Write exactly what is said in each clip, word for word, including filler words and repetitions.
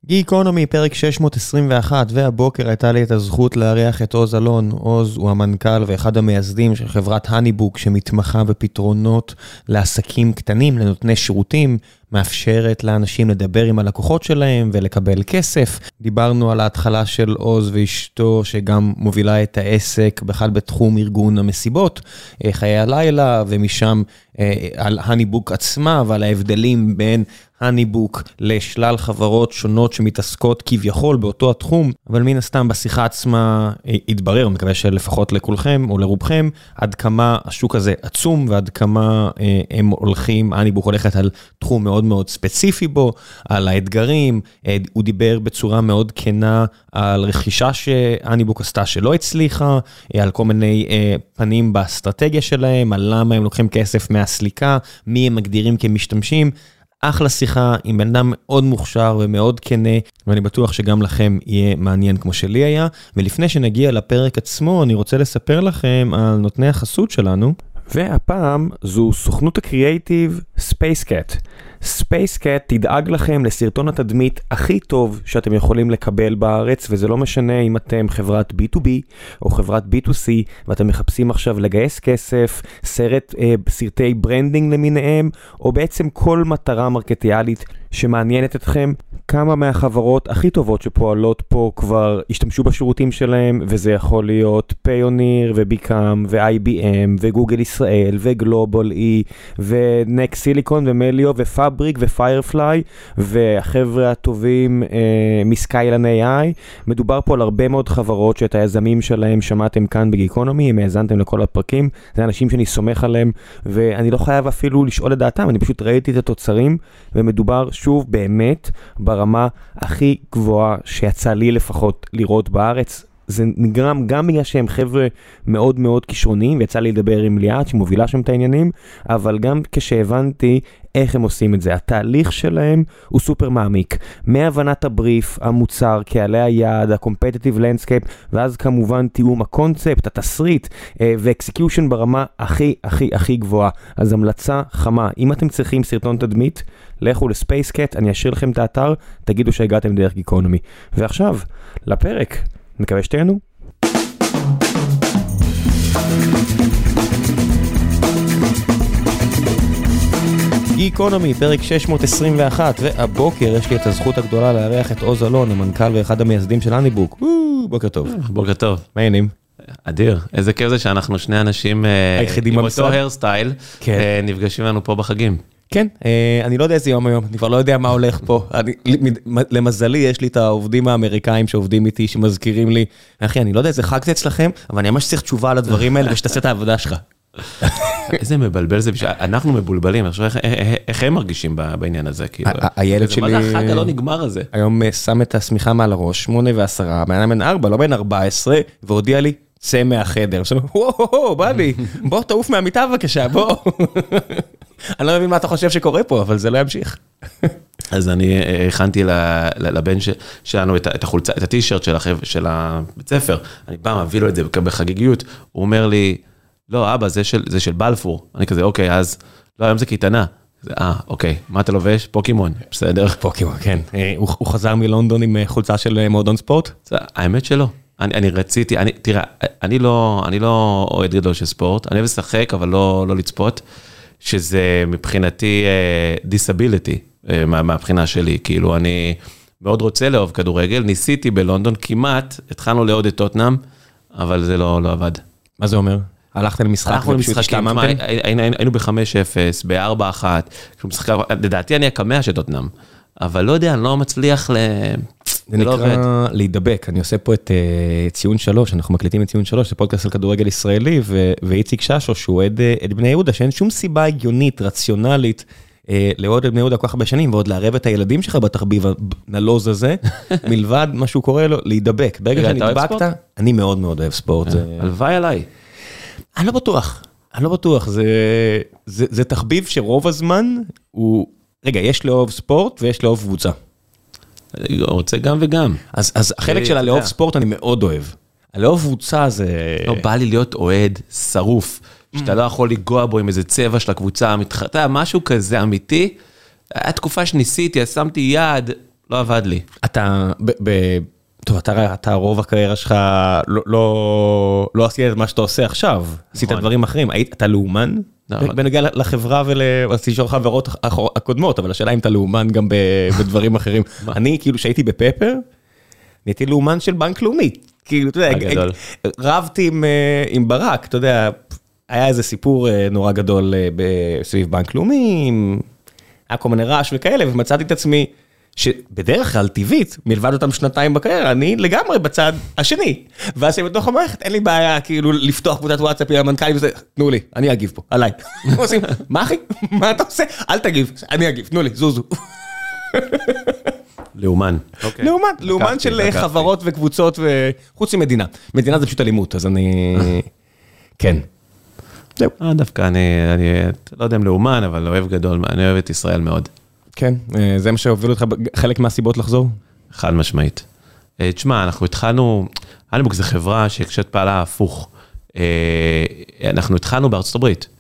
גיקונומי, פרק שש מאות עשרים ואחת, והבוקר הייתה לי את הזכות להריח את עוז אלון. עוז הוא המנכ"ל ואחד המייסדים של חברת הניבוק, שמתמחה בפתרונות לעסקים קטנים, לנותני שירותים, מאפשרת לאנשים לדבר עם הלקוחות שלהם ולקבל כסף. דיברנו על ההתחלה של עוז ואשתו, שגם מובילה את העסק בכלל בתחום ארגון המסיבות, חיי הלילה, ומשם על הניבוק עצמה ועל ההבדלים בין הניבוק לשלל חברות שונות שמתעסקות כביכול באותו התחום, אבל מן הסתם בשיחה עצמה התברר, מקווה שלפחות לכולכם או לרובכם, עד כמה השוק הזה עצום ועד כמה הם הולכים, הניבוק הולכת על תחום מאוד מאוד ספציפי בו, על האתגרים, הוא דיבר בצורה מאוד כנה על רכישה שהניבוק עשתה שלא הצליחה, על כל מיני פנים באסטרטגיה שלהם, על למה הם לוקחים כסף מהסליקה, מי הם מגדירים כמשתמשים, אחלה שיחה עם בן אדם מאוד מוכשר ומאוד כנה, ואני בטוח שגם לכם יהיה מעניין כמו שלי היה. ולפני שנגיע לפרק עצמו, אני רוצה לספר לכם על נותני החסות שלנו. והפעם זו סוכנות הקריאייטיב SpaceCat. SpaceCat תדאג לכם לסרטון התדמית הכי טוב שאתם יכולים לקבל בארץ, וזה לא משנה אם אתם חברת בי טו בי או חברת בי טו סי, ואתם מחפשים עכשיו לגייס כסף, סרט, אה, סרטי ברנדינג למיניהם, או בעצם כל מטרה מרקטיאלית שמעניינת אתכם. כמה מהחברות הכי טובות שפועלות פה כבר השתמשו בשירותים שלהם, וזה יכול להיות פיוניר וביקאם ו-איי בי אם וגוגל ישראל וגלובל אי ונקס סיליקון ומליו ופאבריק ופיירפליי והחבר'ה הטובים אה, מסקיילן איי איי. מדובר פה על הרבה מאוד חברות שאת היזמים שלהם שמעתם כאן בגיקונומי, אם האזנתם לכל הפרקים, זה אנשים שאני סומך עליהם ואני לא חייב אפילו לשאול את דעתם, אני פשוט ראיתי את התוצרים, ומדובר שוב באמת ברמה הכי גבוהה שיצא לי לפחות לראות בארץ. זה נגרם גם בגלל שהם חבר'ה מאוד מאוד כישרוניים, ויצא לי לדבר עם ליאת שמובילה שם את העניינים, אבל גם כשהבנתי איך הם עושים את זה. התהליך שלהם הוא סופר מעמיק, מהבנת הבריף, המוצר, קהלי היעד, ה-competitive landscape, ואז כמובן תיאום הקונספט, התסריט, ו-execution ברמה הכי הכי הכי גבוהה. אז המלצה חמה, אם אתם צריכים סרטון תדמית, לכו לספייסקט, אני אשאיר לכם את האתר, תגידו שהגעתם דרך גיקונומי. ועכשיו, לפרק. מקווה שתהנו. גיקונומי, פרק שש מאות עשרים ואחת, והבוקר יש לי את הזכות הגדולה להריח את עוז אלון, המנכ"ל ואחד המייסדים של הניבוק. בוקר טוב. בוקר טוב. מה העניינים? אדיר, איזה כיף זה שאנחנו שני אנשים עם אותו הרסטייל נפגשים לנו פה בחגים. כן, אני לא יודע איזה יום היום, אני כבר לא יודע מה הולך פה. למזלי, יש לי את העובדים האמריקאים שעובדים איתי, שמזכירים לי, אחי, אני לא יודע איזה חג זה אצלכם, אבל אני ממש צריך תשובה על הדברים האלה, ושתעשה את העבודה שלך. איזה מבלבל זה, אנחנו מבולבלים, איך הם מרגישים בעניין הזה? הילד שלי... מה זה החג הלא נגמר הזה? היום שם את הסמיכה מעל הראש, שמונה ועשרה, בעניין בן ארבע, לא בין ארבע עשרה, והודיע לי, צא מהחדר. וואו, בני, בוא תעוף מהמיטה בבקשה, בוא. אני לא מבין מה אתה חושב שקורה פה, אבל זה לא ימשיך. אז אני הכנתי לבן שלנו את החולצה, את הטישרט של הבית ספר. אני בא, מביא לו את זה בחגיגיות. הוא אומר לי, לא, אבא, זה של בלפור. אני כזה, אוקיי, אז, לא, היום זה קייטנה. אה, אוקיי, מה אתה לובש? פוקימון, בסדר? פוקימון, כן. הוא חזר מלונדון עם חולצה של מועדון ספורט? האמת שלא. אני, אני רציתי, אני, תראה, אני לא, אני לא אוהד גדול של ספורט, אני אוהב לשחק, אבל לא, לא לצפות, שזה מבחינתי disability, מה, מהבחינה שלי, כאילו אני מאוד רוצה לאהוב כדורגל, ניסיתי בלונדון, כמעט התחלנו לעוד את טוטנאם, אבל זה לא, לא עבד. מה זה אומר? הלכת למשחק ופשוט השתעממתם? היינו ב-חמש אפס, ב-ארבע אחת, לדעתי אני הקמע של טוטנאם, אבל לא יודע, אני לא מצליח ל... זה נקרא להידבק, אני עושה פה את ציון שלוש, אנחנו מקליטים את ציון שלוש, זה פודקאסט על כדורגל ישראלי, ואיציק ששו, שהוא אוהד את בני יהודה, שאין שום סיבה הגיונית, רציונלית, לעוד את בני יהודה כל כך הרבה שנים, ועוד לערב את הילדים שלך בתחביב הנלוז הזה, מלבד מה שהוא קורא לו, להידבק. ברגע שנדבקת, אני מאוד מאוד אוהב ספורט. הלוואי עליי. אני לא בטוח, אני לא בטוח, זה תחביב שרוב הזמן הוא, רגע, יש לאהוב ספורט ויש לאהוב קבוצה. אני רוצה גם וגם. אז, אז החלק של הלאהוב ספורט אני מאוד אוהב. הלאהוב קבוצה זה... לא, בא לי להיות אוהד, שרוף, שאתה לא יכול לגוע בו עם איזה צבע של הקבוצה המתחתה, משהו כזה אמיתי. היה תקופה שניסיתי, אז שמתי יד, לא עבד לי. אתה, ב, ב, טוב, אתה, אתה רוב הקריירה שלך לא, לא, לא עשית את מה שאתה עושה עכשיו, עשית דברים אחרים, היית, אתה לאומן? בנוגע לחברה ולעשיתי שור חברות הקודמות, אבל השאלה אם אתה לאומן גם בדברים אחרים. אני, כאילו, שהייתי בפפר, נהייתי לאומן של בנק לאומי. כאילו, אתה יודע, רבתי עם ברק, אתה יודע, היה איזה סיפור נורא גדול סביב בנק לאומי, היה כל מיני רעש וכאלה, ומצאתי את עצמי, שבדרך כלל טבעית, מלבד אותם שנתיים בקריירה, אני לגמרי בצד השני. ואז שבתוך המערכת, אין לי בעיה כאילו לפתוח קבוצת וואטסאפ עם המנכ"לים וזה, תנו לי, אני אגיב פה, עליי. עושים, מה אחי? מה אתה עושה? אל תגיב, אני אגיב, תנו לי, זוזו. לאומן. לאומן, לאומן של חברות וקבוצות, וחוץ ממדינה. מדינה זה פשוט אלימות, אז אני... כן. זהו. דווקא אני, לא יודע אם לאומן, אבל אוהב גדול, אני אוהב את ישראל מאוד. כן, זה מה שהוביל אותך חלק מהסיבות לחזור? חד משמעית. תשמע, אנחנו התחלנו, הניבוק זה חברה שכשאת פעלה הפוך. אנחנו התחלנו בארצות הברית,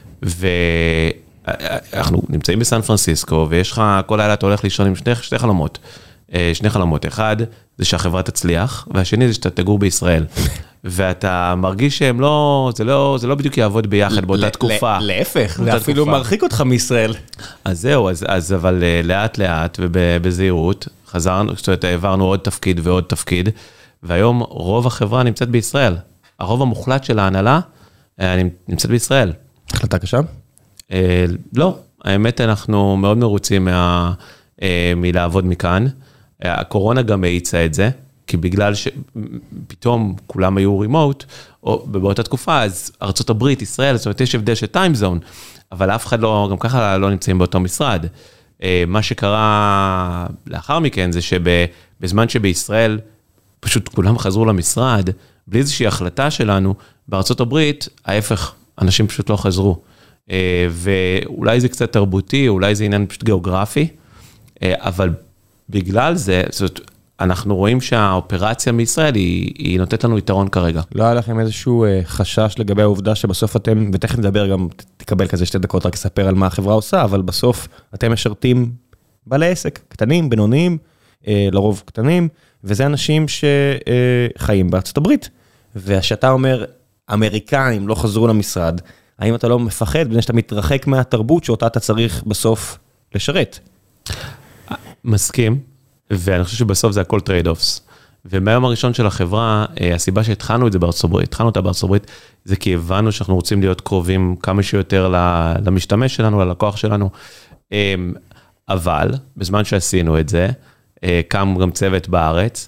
ואנחנו נמצאים בסן פרנסיסקו, ויש לך, כל לילה אתה הולך לישון עם שני, שני חלומות. שני חלומות, אחד זה שהחברה תצליח, והשני זה שאתה תגור בישראל. ואתה מרגיש שהם לא, זה לא, זה לא בדיוק יעבוד ביחד באותה תקופה. להפך, זה אפילו מרחיק אותך מישראל. אז זהו, אז, אז אבל לאט לאט ובזהירות, חזרנו, זאת אומרת, העברנו עוד תפקיד ועוד תפקיד, והיום רוב החברה נמצאת בישראל. הרוב המוחלט של ההנהלה נמצאת בישראל. החלטה קשה? אה, לא, האמת אנחנו מאוד מרוצים מה, אה, מלעבוד מכאן. הקורונה גם האיצה את זה. כי בגלל שפתאום כולם היו רימוט, או באותה תקופה, אז ארצות הברית, ישראל, זאת אומרת, יש הבדל של טיים זון, אבל אף אחד לא, גם ככה לא נמצאים באותו משרד. מה שקרה לאחר מכן, זה שבזמן שבישראל, פשוט כולם חזרו למשרד, בלי איזושהי החלטה שלנו, בארצות הברית, ההפך, אנשים פשוט לא חזרו. ואולי זה קצת תרבותי, אולי זה עניין פשוט גיאוגרפי, אבל בגלל זה, זאת אומרת, אנחנו רואים שהאופרציה מישראל היא, היא נותנת לנו יתרון כרגע. לא היה לכם איזשהו חשש לגבי העובדה שבסוף אתם, ותכף נדבר גם, תקבל כזה שתי דקות רק לספר על מה החברה עושה, אבל בסוף אתם משרתים בעלי עסק, קטנים, בינוניים, לרוב קטנים, וזה אנשים שחיים בארצות הברית, ושאתה אומר, אמריקאים לא חזרו למשרד, האם אתה לא מפחד, בגלל שאתה מתרחק מהתרבות שאותה אתה צריך בסוף לשרת? מסכים. ואני חושב שבסוף זה הכל טרייד-אופס. ומהיום הראשון של החברה, הסיבה שהתחלנו את זה בארצות הברית, התחלנו אותה בארצות הברית, זה כי הבנו שאנחנו רוצים להיות קרובים כמה שיותר למשתמש שלנו, ללקוח שלנו. אבל, בזמן שעשינו את זה, קם גם צוות בארץ,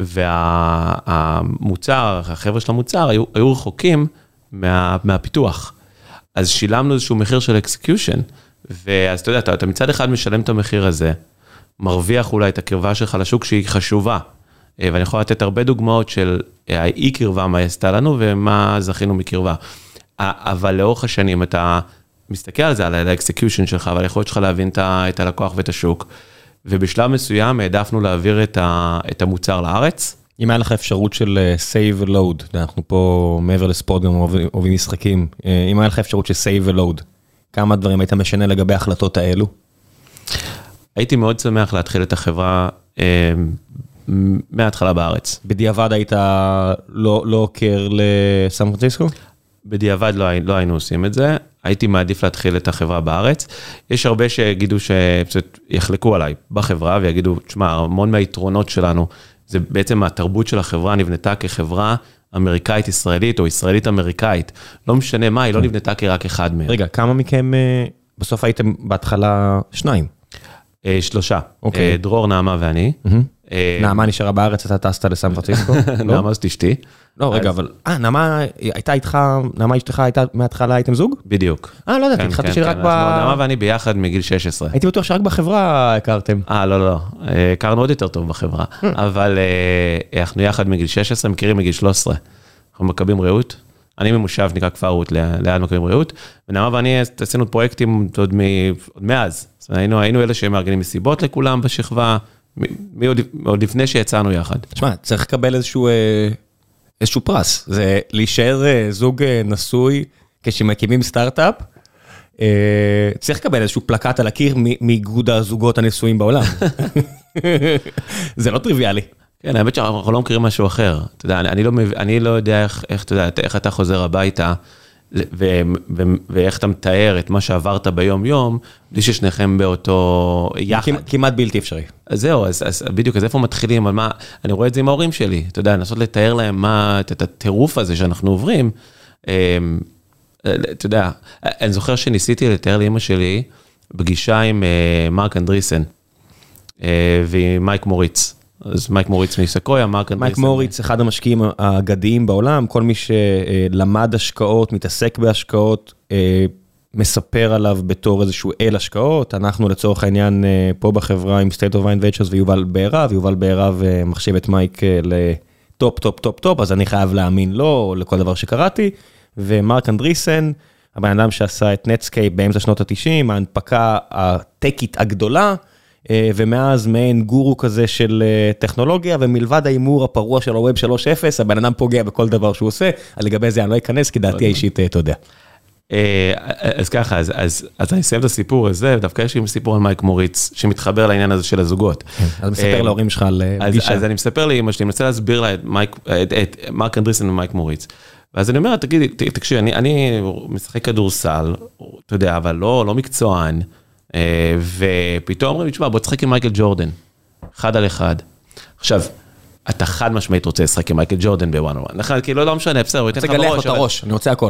והמוצר, החבר'ה של המוצר, היו, היו רחוקים מה, מהפיתוח. אז שילמנו איזשהו מחיר של אקסקיושן, ואז אתה יודע, אתה, אתה מצד אחד משלם את המחיר הזה, מרוויח אולי את הקרבה שלך לשוק שהיא חשובה, ואני יכול לתת הרבה דוגמאות של האי קרבה, מה עשתה לנו ומה זכינו מקרבה. אבל לאורך השנים אתה מסתכל על זה, על האקסקיושן שלך, ועל היכולת שלך להבין את הלקוח ואת השוק, ובשלב מסוים העדפנו להעביר את המוצר לארץ. אם היה לך אפשרות של save load, אנחנו פה מעבר לספורט גם אוהבים משחקים, אם היה לך אפשרות של save load, כמה דברים היית משנה לגבי ההחלטות האלו? הייתי מאוד שמח להתחיל את החברה אה, מההתחלה בארץ. בדיעבד היית לא, לא עוקר לסן פרנסיסקו? בדיעבד לא, לא היינו עושים את זה, הייתי מעדיף להתחיל את החברה בארץ. יש הרבה שיגידו שיחלקו עליי בחברה ויגידו, תשמע, המון מהיתרונות שלנו, זה בעצם התרבות של החברה נבנתה כחברה אמריקאית ישראלית או ישראלית אמריקאית. לא משנה מה, היא לא נבנתה כרק אחד מהם. רגע, כמה מכם בסוף הייתם בהתחלה שניים? שלושה, דרור, נעמה ואני. נעמה נשארה בארץ, אתה טסת לסן פרנסיסקו? נעמה זאת אשתי. לא, רגע, אבל, אה, נעמה הייתה איתך, נעמה אשתך הייתה, מההתחלה הייתם זוג? בדיוק. אה, לא יודעת, התחלתי שרק ב... נעמה ואני ביחד מגיל שש עשרה. הייתי בטוח שרק בחברה הכרתם. אה, לא, לא, הכרנו עוד יותר טוב בחברה, אבל אנחנו יחד מגיל שש עשרה, מכירים מגיל שלוש עשרה. אנחנו מקבים רעות. אני ממושב, נקרא כפר רות, ליד מקבים רעות, ונעמה ואני עשינו פרויקטים עוד מאז. היינו, היינו אלה שמארגנים מסיבות לכולם בשכבה, עוד לפני שיצאנו יחד. תשמע, צריך לקבל איזשהו, איזשהו פרס. זה להישאר זוג נשוי כשמקימים סטארט-אפ, צריך לקבל איזשהו פלקט על הקיר מאיגוד הזוגות הנשואים בעולם. זה לא טריוויאלי. כן, האמת שאנחנו לא מכירים משהו אחר. אתה יודע, אני לא, אני לא יודע איך, איך, אתה יודע, איך אתה חוזר הביתה, ו, ו, ואיך אתה מתאר את מה שעברת ביום יום, בלי ששניכם באותו יחד. כמעט בלתי אפשרי. אז זהו, אז, אז בדיוק, אז איפה מתחילים, על מה, אני רואה את זה עם ההורים שלי, אתה יודע, לנסות לתאר להם מה, את הטירוף הזה שאנחנו עוברים, אתה יודע, אני זוכר שניסיתי לתאר לאמא שלי, פגישה עם מרק אנדריסן, ועם מייק מוריץ. אז מייק מוריץ מסקויה, מרק אנדריסן. מייק מוריץ, אחד המשקיעים האגדיים בעולם, כל מי שלמד השקעות, מתעסק בהשקעות, מספר עליו בתור איזשהו אל השקעות. אנחנו לצורך העניין פה בחברה עם State of Mind Ventures ויובל בערב, ויובל בערב מחשיב את מייק לטופ, טופ, טופ, טופ, אז אני חייב להאמין לו, לכל דבר שקראתי. ומרק אנדריסן, הבן אדם שעשה את נטסקייפ באמצע שנות ה-תשעים, ההנפקה הטקית הגדולה, ומאז מעין גורו כזה של טכנולוגיה, ומלבד האימור הפרוע של הווב שלוש אפס, הבן אדם פוגע בכל דבר שהוא עושה, לגבי זה אני לא אכנס, כי דעתי האישית, אתה יודע. אז ככה, אז אני אסיים את הסיפור הזה, ודווקא יש לי סיפור על מייק מוריץ, שמתחבר לעניין הזה של הזוגות. אז מספר להורים שלך על פגישה. אז אני מספר לאמא שלי, אני מנסה להסביר לה את מרק אנדריסן ומייק מוריץ. ואז אני אומר, תגידי, תקשיב, אני משחק כדורסל, אתה יודע, אבל לא מקצוען, ופתאום אומרים, תשמע, בוא תשחק עם מייקל ג'ורדן, אחד על אחד. עכשיו, אתה חד משמעית רוצה לשחק עם מייקל ג'ורדן בוואן וואן, נכון? כי לא משנה, בסדר, הוא ייתן לך בראש. אני רוצה לגלח לו את הראש, אני רוצה הכל.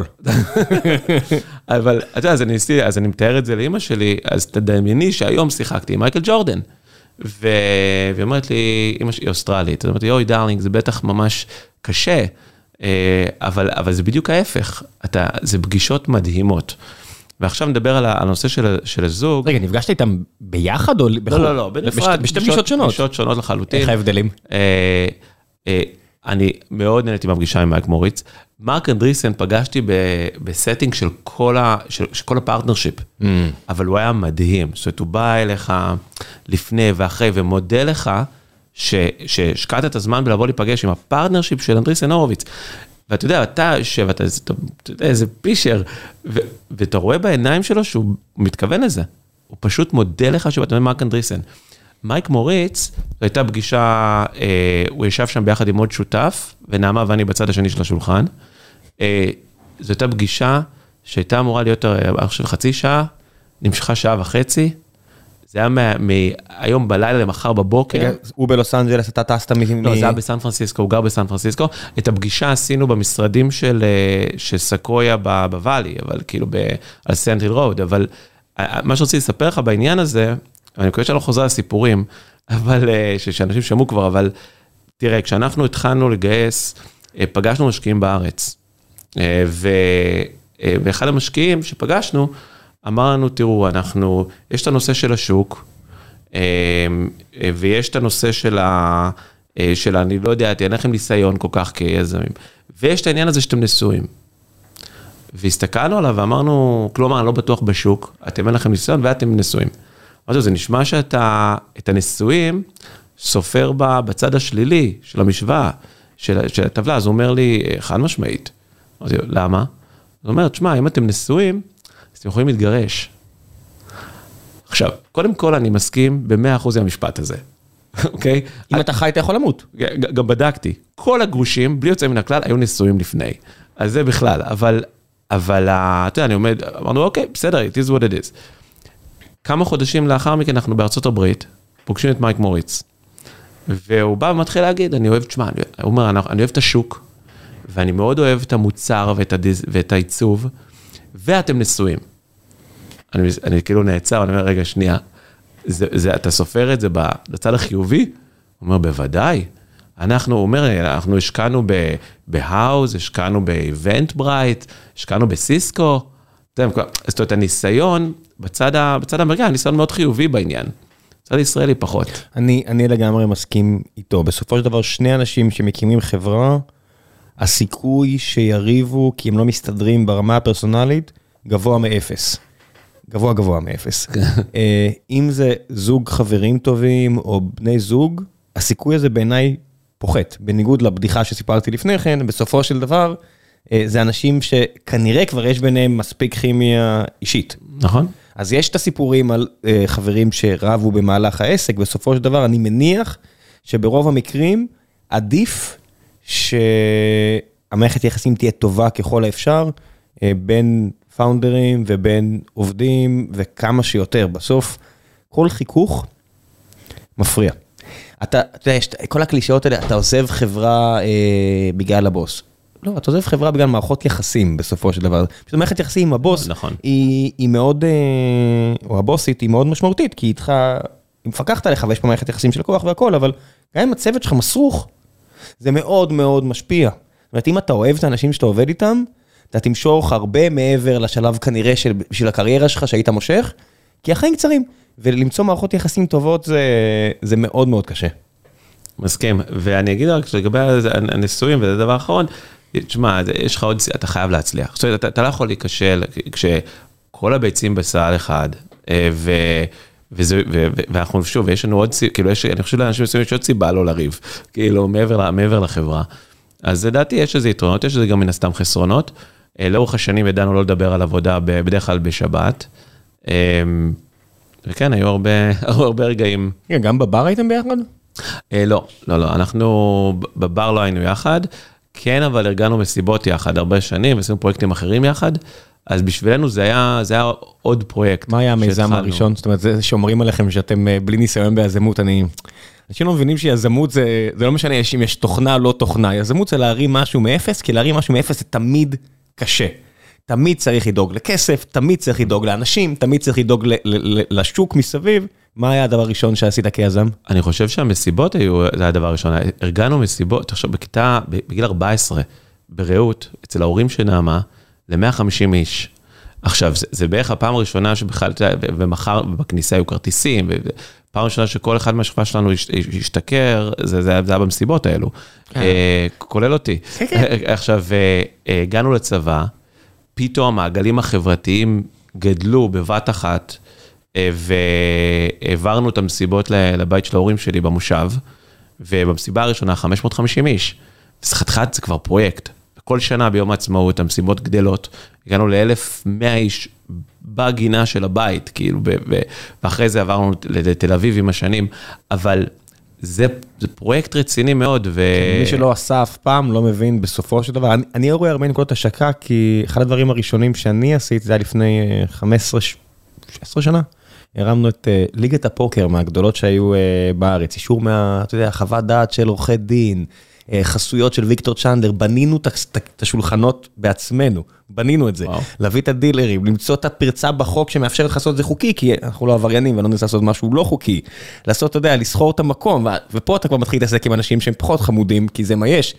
אבל, אתה יודע, אז אני מתאר את זה לאמא שלי, אז תדמייני שהיום שיחקתי עם מייקל ג'ורדן, והיא אומרת לי, אמא שלי אוסטרלית, היא אומרת לי, יוי דארלינג, זה בטח ממש קשה, אבל, אבל זה בדיוק ההפך, אתה, זה פגישות מדהימות. ועכשיו נדבר על הנושא של, של הזוג. רגע, נפגשת איתם ביחד או לא, לא, לא, בנפרד. בשתי פגישות שונות. פגישות שונות לחלוטין. איך ההבדלים? אה, אה, אני מאוד נהניתי מהפגישה עם מייק מוריץ. מרק אנדריסן פגשתי בסטינג של כל, ה, של, של כל הפרטנרשיפ, mm. אבל הוא היה מדהים. זאת אומרת, הוא בא אליך לפני ואחרי ומודה לך, שהשקעת את הזמן בלבוא להיפגש עם הפרטנרשיפ של אנדריסן הורוביץ. ואתה יודע, אתה יושב, אתה יודע, איזה פישר, ואתה רואה בעיניים שלו שהוא מתכוון לזה. הוא פשוט מודה לך שאתה אומר מרק אנדריסן. מייק מוריץ, זו הייתה פגישה, הוא ישב שם ביחד עם עוד שותף, ונעמה ואני בצד השני של השולחן. זו הייתה פגישה שהייתה אמורה להיות, אני חושב, חצי שעה, נמשכה שעה וחצי, זה היה מהיום בלילה למחר בבוקר. הוא בלוס אנג'לס, אתה טסת מ... לא, זה היה בסן פרנסיסקו, הוא גר בסן פרנסיסקו. את הפגישה עשינו במשרדים של סקויה בוואלי, אבל כאילו על סנטריל רוד, אבל מה שרציתי לספר לך בעניין הזה, אני חושב שאני לא חוזר לסיפורים, אבל שאנשים שמעו כבר, אבל תראה, כשאנחנו התחלנו לגייס, פגשנו משקיעים בארץ, ואחד המשקיעים שפגשנו, אמר לנו, תראו, אנחנו, יש את הנושא של השוק, ויש את הנושא של ה... של אני לא יודע, אין לכם ניסיון כל כך כיזמים, ויש את העניין הזה שאתם נשואים. והסתכלנו עליו ואמרנו, כלומר, אני לא בטוח בשוק, אתם אין לכם ניסיון ואתם נשואים. אמרתי, זה נשמע שאתה, את הנשואים, סופר בצד השלילי של המשוואה, של, של הטבלה, אז הוא אומר לי, חד משמעית. אמרתי, למה? הוא אומר, תשמע, אם אתם נשואים, אז אתם יכולים להתגרש. עכשיו, קודם כל אני מסכים ב-מאה אחוז המשפט הזה. אוקיי? אם אתה חי, אתה יכול למות. גם בדקתי. כל הגרושים, בלי יוצא מן הכלל, היו נשואים לפני. אז זה בכלל. אבל, אבל, אתה יודע, אני עומד, אמרנו, אוקיי, בסדר, it is what it is. כמה חודשים לאחר מכן, אנחנו בארצות הברית, פוגשים את מייק מוריץ. והוא בא ומתחיל להגיד, אני אוהב, תשמע, הוא אומר, אני אוהב את השוק, ואני מאוד אוהב את המוצר ואת, הדיז, ואת העיצוב, ואתם נשואים. אני, אני כאילו נעצר, אני אומר, רגע, שנייה, זה, זה, אתה סופר את זה בצד החיובי? הוא אומר, בוודאי. אנחנו, הוא אומר, אנחנו השקענו בהאוז, השקענו באיבנט ברייט, השקענו בסיסקו, זאת אומרת, הניסיון, בצד, בצד האמריקאי, הניסיון מאוד חיובי בעניין. בצד ישראלי פחות. אני, אני לגמרי מסכים איתו. בסופו של דבר, שני אנשים שמקימים חברה, הסיכוי שיריבו, כי הם לא מסתדרים ברמה הפרסונלית, גבוה מאפס. גבוה גבוה מאפס. אם זה זוג חברים טובים, או בני זוג, הסיכוי הזה בעיניי פוחת. בניגוד לבדיחה שסיפרתי לפני כן, בסופו של דבר, זה אנשים שכנראה כבר יש ביניהם מספיק כימיה אישית. נכון. אז יש את הסיפורים על uh, חברים שרבו במהלך העסק, בסופו של דבר אני מניח שברוב המקרים עדיף שהמערכת יחסים תהיה טובה ככל האפשר, uh, בין פאונדרים ובין עובדים וכמה שיותר. בסוף כל חיכוך מפריע. אתה, אתה יודע, יש כל הקלישאות האלה, אתה עוזב חברה אה, בגלל הבוס. לא, אתה עוזב חברה בגלל מערכות יחסים בסופו של דבר. פשוט מערכת יחסים עם הבוס, נכון. היא, היא מאוד, אה, או הבוסית היא מאוד משמעותית, כי איתך, היא מפקחת עליך ויש פה מערכת יחסים של כוח והכל, אבל גם אם הצוות שלך מסרוך, זה מאוד מאוד משפיע. זאת אומרת, אם אתה אוהב את האנשים שאתה עובד איתם, אתה תמשוך הרבה מעבר לשלב כנראה של, של הקריירה שלך שהיית מושך, כי החיים קצרים. ולמצוא מערכות יחסים טובות זה, זה מאוד מאוד קשה. מסכים, ואני אגיד רק שלגבי הניסויים, וזה דבר אחרון, תשמע, יש לך עוד, אתה חייב להצליח. זאת אומרת, אתה, אתה לא יכול להיכשל כשכל הביצים בסל אחד, ו, וזה, ו, ו, ואנחנו שוב, יש לנו עוד, כאילו, יש, אני חושב לאנשים מסוימים, יש עוד סיבה לא לריב, כאילו, מעבר, מעבר לחברה. אז לדעתי, יש איזה יתרונות, יש איזה גם מן הסתם חסרונות. לאורך השנים ידענו לא לדבר על עבודה, בדרך כלל בשבת. וכן, היו הרבה, הרבה רגעים. גם בבר הייתם ביחד? לא, לא, לא. אנחנו בבר לא היינו יחד. כן, אבל ארגנו מסיבות יחד הרבה שנים, ועשינו פרויקטים אחרים יחד. אז בשבילנו זה היה, זה היה עוד פרויקט. מה היה המיזם הראשון? זאת אומרת, זה שאומרים עליכם שאתם בלי ניסיון ביזמות, אני... אנשים לא מבינים שיזמות זה, זה לא משנה אם יש תוכנה או לא תוכנה. יזמות זה להרים משהו מאפס, כי להרים משהו מאפס זה תמיד קשה. תמיד צריך לדאוג לכסף, תמיד צריך לדאוג לאנשים, תמיד צריך לדאוג לשוק מסביב. מה היה הדבר הראשון שעשית כיזם? אני חושב שהמסיבות היו, זה היה הדבר הראשון. ארגנו מסיבות, עכשיו בכיתה, בגיל ארבע עשרה, ברעות, אצל ההורים של נעמה, ל-מאה וחמישים איש. עכשיו, זה, זה בערך הפעם הראשונה שבכלל, ומחר בכניסה היו כרטיסים, ופעם ראשונה שכל אחד מהשכבה שלנו השתכר, זה, זה, זה היה במסיבות האלו. כולל אותי. עכשיו, הגענו לצבא, פתאום המעגלים החברתיים גדלו בבת אחת, והעברנו את המסיבות לבית של ההורים שלי במושב, ובמסיבה הראשונה חמש מאות וחמישים איש. זה חתיכת, זה כבר פרויקט. כל שנה ביום העצמאות, המסיבות גדלות, הגענו ל-אלף ומאה איש בגינה של הבית, כאילו, ואחרי זה עברנו לתל אביב עם השנים, אבל זה, זה פרויקט רציני מאוד. ו... מי שלא עשה אף פעם לא מבין בסופו של דבר. אני, אני רואה הרבה נקודות השקה, כי אחד הדברים הראשונים שאני עשיתי, זה היה לפני חמש עשרה, שש עשרה שנה, הרמנו את uh, ליגת הפוקר מהגדולות שהיו uh, בארץ, אישור מה, אתה יודע, חוות דעת של עורכי דין, חסויות של ויקטור צ'נדלר, בנינו את השולחנות בעצמנו, בנינו את זה, להביא את הדילרים, למצוא את הפרצה בחוק שמאפשרת לעשות את זה חוקי, כי אנחנו לא עבריינים ולא ננסה לעשות משהו לא חוקי, לעשות, אתה יודע, לסחור את המקום, ופה אתה כבר מתחיל להתעסק עם אנשים שהם פחות חמודים, כי זה מה יש,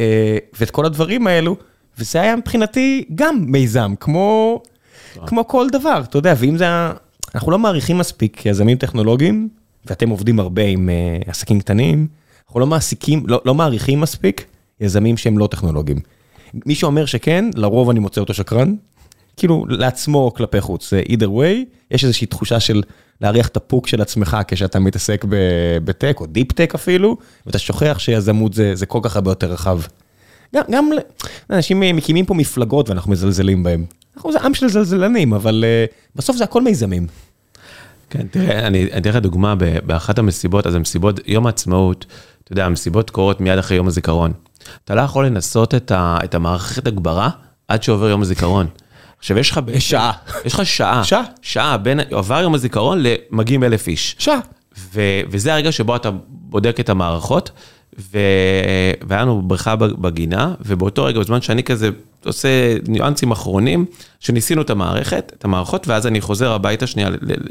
ואת כל הדברים האלו, וזה היה מבחינתי גם מיזם, כמו, כמו כל דבר, אתה יודע, ואם זה, אנחנו לא מעריכים מספיק כיזמים טכנולוגיים, ואתם עובדים הרבה עם עסקים קטנים, אנחנו לא מעסיקים, לא, לא מעריכים מספיק יזמים שהם לא טכנולוגיים. מי שאומר שכן, לרוב אני מוצא אותו שקרן, כאילו לעצמו כלפי חוץ. either way, יש איזושהי תחושה של להריח את הפוק של עצמך כשאתה מתעסק בטק או דיפ טק אפילו, ואתה שוכח שיזמות זה, זה כל כך הרבה יותר רחב. גם, גם אנשים מקימים פה מפלגות ואנחנו מזלזלים בהם. אנחנו זה עם של זלזלנים, אבל uh, בסוף זה הכל מיזמים. כן, תראה, אני אתן לך דוגמה באחת המסיבות, אז המסיבות, יום העצמאות, אתה יודע, המסיבות קורות מיד אחרי יום הזיכרון. אתה לא יכול לנסות את, ה, את המערכת הגברה עד שעובר יום הזיכרון. עכשיו, יש לך... שעה. יש לך שעה. שעה. שעה, בין, עבר יום הזיכרון למגיעים אלף איש. שעה. ו, וזה הרגע שבו אתה בודק את המערכות, ו, והיה לנו בריכה בגינה, ובאותו רגע, בזמן שאני כזה עושה ניואנסים אחרונים, שניסינו את המערכת, את המערכות, ואז אני חוזר הביתה שנייה,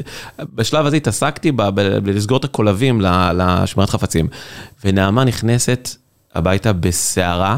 בשלב הזה התעסקתי בלסגור את הקולבים לשמירת חפצים, ונעמה נכנסת הביתה בסערה,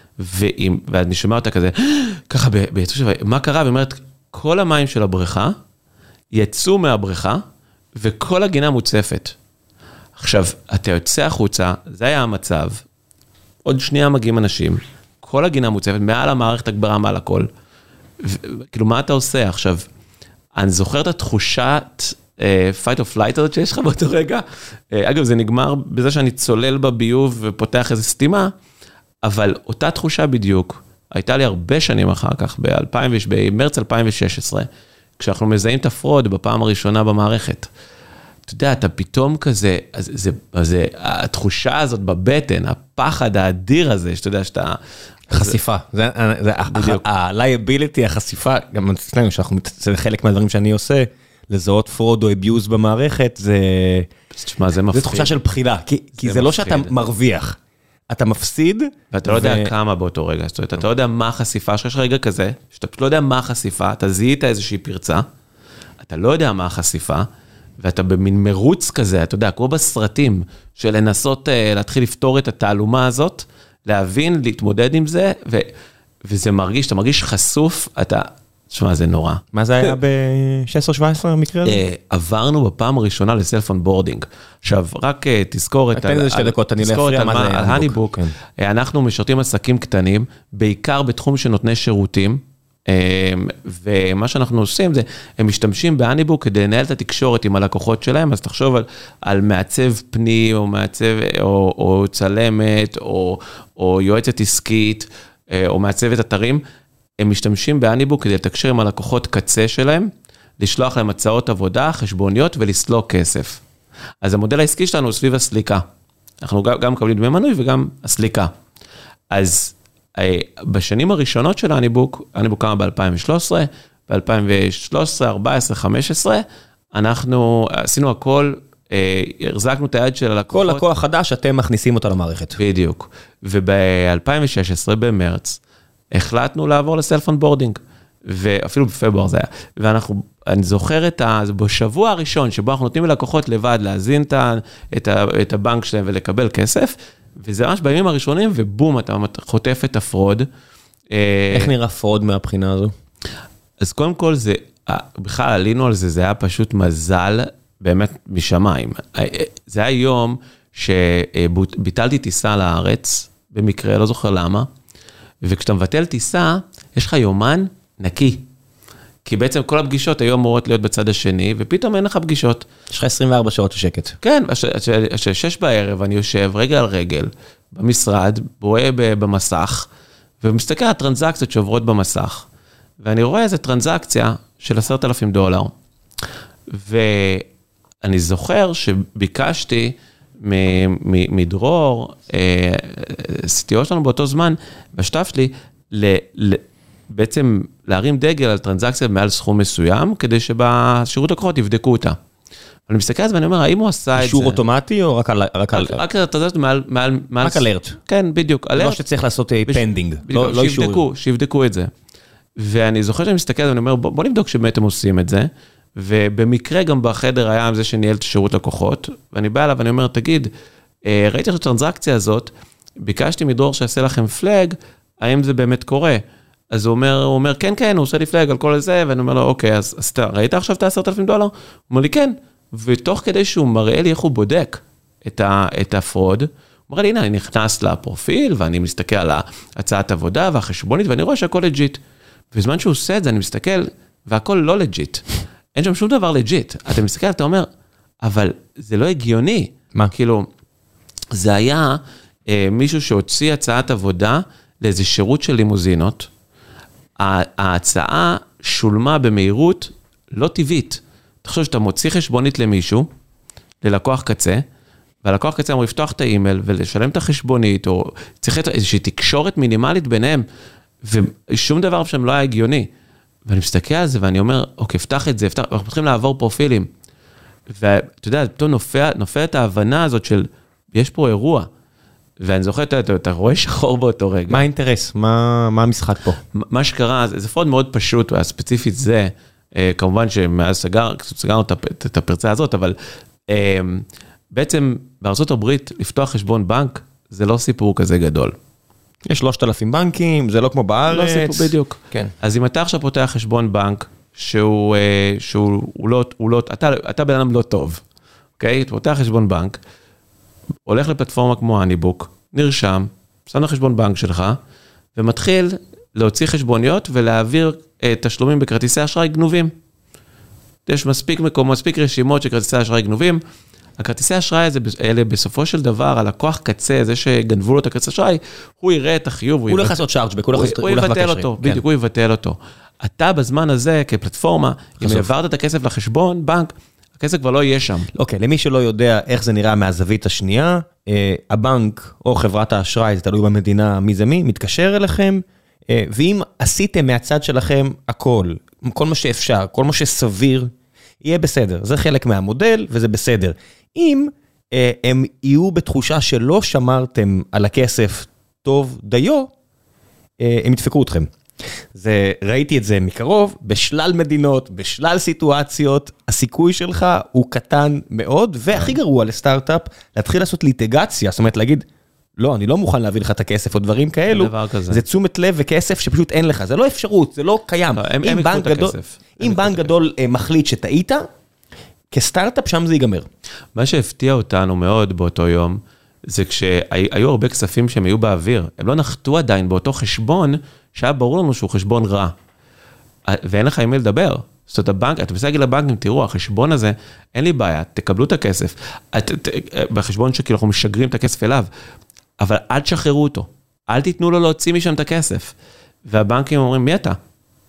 ואני שומע אותה כזה, ככה ביצוא שווה, מה קרה? והיא אומרת, כל המים של הבריכה יצאו מהבריכה, וכל הגינה מוצפת. עכשיו, אתה יוצא החוצה, זה היה המצב, עוד שנייה מגיעים אנשים, כל הגינה מוצפת, מעל המערכת הגברה, מעל הכל. כאילו, מה אתה עושה? עכשיו, אני זוכר את התחושת fight or flight הזאת שיש לך באותו רגע. אגב, זה נגמר בזה שאני צולל בביוב ופותח איזו סתימה, אבל אותה תחושה בדיוק, הייתה לי הרבה שנים אחר כך, במרץ אלפיים ושש עשרה, כשאנחנו מזהים את הפרוד בפעם הראשונה במערכת, אתה יודע, אתה פתאום כזה, אז זה, אז זה, התחושה הזאת בבטן, הפחד האדיר הזה, שאתה יודע שאתה... חשיפה, זה, זה, ה-liability, החשיפה, גם אצלנו, שאנחנו, זה חלק מהדברים שאני עושה, לזהות פרוד או אביוז במערכת, זה... תשמע, זה מפחיד. זה תחושה של בחילה, כי, כי זה, זה לא שאתה מרוויח, אתה מפסיד. ואתה לא יודע כמה באותו רגע, זאת אומרת, אתה לא יודע מה החשיפה, שיש רגע כזה, שאתה פשוט לא יודע מה החשיפה, אתה זיהית איזושהי פרצה, אתה לא יודע מה החשיפה, ואתה במין מרוץ כזה, אתה יודע, כמו בסרטים, של לנסות להתחיל לפתור את התעלומה הזאת, להבין, להתמודד עם זה, ו, וזה מרגיש, אתה מרגיש חשוף, אתה, תשמע, זה נורא. מה זה היה ב-שש עשרה שבע עשרה המקרה הזה? עברנו בפעם הראשונה לסלפון בורדינג. עכשיו, רק תזכור את... תן איזה שתי דקות, אני להפריע מה זה היה. על הניבוק, אנחנו משרתים עסקים קטנים, בעיקר בתחום שנותני שירותים, ומה שאנחנו עושים זה, הם משתמשים בהניבוק כדי לנהל את התקשורת עם הלקוחות שלהם, אז תחשוב על, על מעצב פני, או מעצב, או, או צלמת, או, או יועצת עסקית, או מעצבת אתרים, הם משתמשים בהניבוק כדי לתקשר עם הלקוחות קצה שלהם, לשלוח להם הצעות עבודה, חשבוניות ולסלוק כסף. אז המודל העסקי שלנו הוא סביב הסליקה. אנחנו גם, גם מקבלים דמי מנוי וגם הסליקה. אז בשנים הראשונות של הניבוק, הניבוק קמה ב-אלפיים ושלוש עשרה, ב-אלפיים ושלוש עשרה, ארבע עשרה, חמש עשרה, אנחנו עשינו הכל, הרזקנו את היד של הלקוחות. כל לקוח חדש, אתם מכניסים אותו למערכת. בדיוק. וב-אלפיים ושש עשרה, במרץ, החלטנו לעבור לסלפון בורדינג, ואפילו בפברואר זה היה. ואנחנו, אני זוכר את ה... בשבוע הראשון, שבו אנחנו נותנים ללקוחות לבד, להזין את, ה, את הבנק שלהם ולקבל כסף, וזה ממש בימים הראשונים, ובום, אתה חוטף את הפרוד. איך נראה פרוד מהבחינה הזו? אז קודם כל, זה, בכלל עלינו על זה, זה היה פשוט מזל, באמת משמיים. זה היה יום שביטלתי טיסה לארץ, במקרה, לא זוכר למה, וכשאתה מבטל טיסה, יש לך יומן נקי. כי בעצם כל הפגישות היו אמורות להיות בצד השני, ופתאום אין לך פגישות. יש לך עשרים וארבע שעות שקט. כן, שש בערב אני יושב רגל על רגל, במשרד, רואה במסך, ומסתכל על טרנזקציות שעוברות במסך, ואני רואה איזו טרנזקציה של עשרת אלפים דולר. ואני זוכר שביקשתי מדרור, סטיו שלנו באותו זמן, בשטף שלי, בעצם להרים דגל על טרנזקציה מעל סכום מסוים, כדי שבשירות לקוחות יבדקו אותה. אני מסתכל על זה ואני אומר, האם הוא עשה את זה... אישור אוטומטי או רק על... רק על מעל... רק אלרט. כן, בדיוק. לא שצריך לעשות פנדינג, לא אישור. שיבדקו את זה. ואני זוכר שאני מסתכל ואני אומר, בוא נבדוק שבאמת הם עושים את זה, ובמקרה גם בחדר היה זה שניהל את שירות לקוחות, ואני בא אליו ואני אומר, תגיד, ראיתי את הטרנזקציה הזאת, ביקשתי מדרור שיעשה לכם פלאג, האם זה באמת קורה? אז הוא אומר, הוא אומר, כן, כן, הוא עושה לי פלאג על כל זה, ואני אומר לו, אוקיי, אז, אז ראית עכשיו את עשרת אלפים דולר? הוא אומר לי, כן, ותוך כדי שהוא מראה לי איך הוא בודק את, ה, את הפרוד, הוא אומר לי, הנה, אני נכנס לפרופיל, ואני מסתכל על הצעת עבודה והחשבונית, ואני רואה שהכל לג'יט. בזמן שהוא עושה את זה, אני מסתכל, והכל לא לג'יט. אין שם שום דבר לג'יט. אתה מסתכל, אתה אומר, אבל זה לא הגיוני. מה? כאילו, זה היה אה, מישהו שהוציא הצעת עבודה לאיזה שירות של לימוזינות, ההצעה שולמה במהירות לא טבעית. תחשוב שאתה מוציא חשבונית למישהו, ללקוח קצה, והלקוח קצה אמור לפתוח את האימייל ולשלם את החשבונית, או צריך איזושהי תקשורת מינימלית ביניהם, ושום דבר שם לא היה הגיוני. ואני מסתכל על זה ואני אומר, אוקיי, פתח את זה, פתח, אנחנו מתחילים לעבור פרופילים. ואתה יודע, פתאום נופע, נופע את ההבנה הזאת של, יש פה אירוע. ואני זוכר, אתה, אתה רואה שחור באותו רגע. מה האינטרס? מה, מה המשחק פה? מה שקרה, זה פרוד מאוד פשוט, והספציפית זה, כמובן שמאז סגר, סגרנו את הפרצה הזאת, אבל בעצם בארצות הברית, לפתוח חשבון בנק, זה לא סיפור כזה גדול. יש שלושת אלפים בנקים, זה לא כמו בארץ. לא סיפור, בדיוק. כן. אז אם אתה עכשיו פותח חשבון בנק, שהוא, שהוא, הוא לא, הוא לא, אתה, אתה בן אדם לא טוב, אוקיי? אתה פותח חשבון בנק, הולך לפלטפורמה כמו הניבוק, נרשם, שם לחשבון בנק שלך, ומתחיל להוציא חשבוניות ולהעביר תשלומים בכרטיסי אשראי גנובים. יש מספיק מקום, מספיק רשימות של כרטיסי אשראי גנובים. הכרטיסי אשראי האלה בסופו של דבר, הלקוח קצה, זה שגנבו לו את הכרטיס אשראי, הוא יראה את החיוב. הוא הולך לעשות צ'ארג'בק, הוא יבטל אותו, בדיוק, הוא יבטל אותו. אתה בזמן הזה, כפלטפורמה, אם העברת את הכסף לחשבון, בנק, הכסף כבר לא יהיה שם. אוקיי, למי שלא יודע איך זה נראה מהזווית השנייה, הבנק או חברת האשראי, זה תלוי במדינה מי זה מי, מתקשר אליכם, ואם עשיתם מהצד שלכם הכל, כל מה שאפשר, כל מה שסביר, יהיה בסדר. זה חלק מהמודל, וזה בסדר. אם הם יהיו בתחושה שלא שמרתם על הכסף טוב דיו, הם ידפקו אתכם. זה, ראיתי את זה מקרוב, בשלל מדינות, בשלל סיטואציות, הסיכוי שלך הוא קטן מאוד, והכי גרוע לסטארט-אפ, להתחיל לעשות ליטיגציה, זאת אומרת להגיד, לא, אני לא מוכן להביא לך את הכסף או דברים כאלו, זה תשומת לב וכסף שפשוט אין לך, זה לא אפשרות, זה לא קיים. אם בנק גדול, אם בנק גדול מחליט שטעית, כסטארט-אפ שם זה ייגמר. מה שהפתיע אותנו מאוד באותו יום, זה כשהיו הרבה כספים שהם היו באוויר, הם לא נחתו עדיין באותו חשבון, שהיה ברור לנו שהוא חשבון רע, ואין לך עם מי לדבר. זאת אומרת, הבנק, אתה מסתכל לבנקים, תראו, החשבון הזה, אין לי בעיה, תקבלו את הכסף, את, ת, בחשבון שכאילו אנחנו משגרים את הכסף אליו, אבל אל תשחררו אותו, אל תיתנו לו להוציא משם את הכסף. והבנקים אומרים, מי אתה?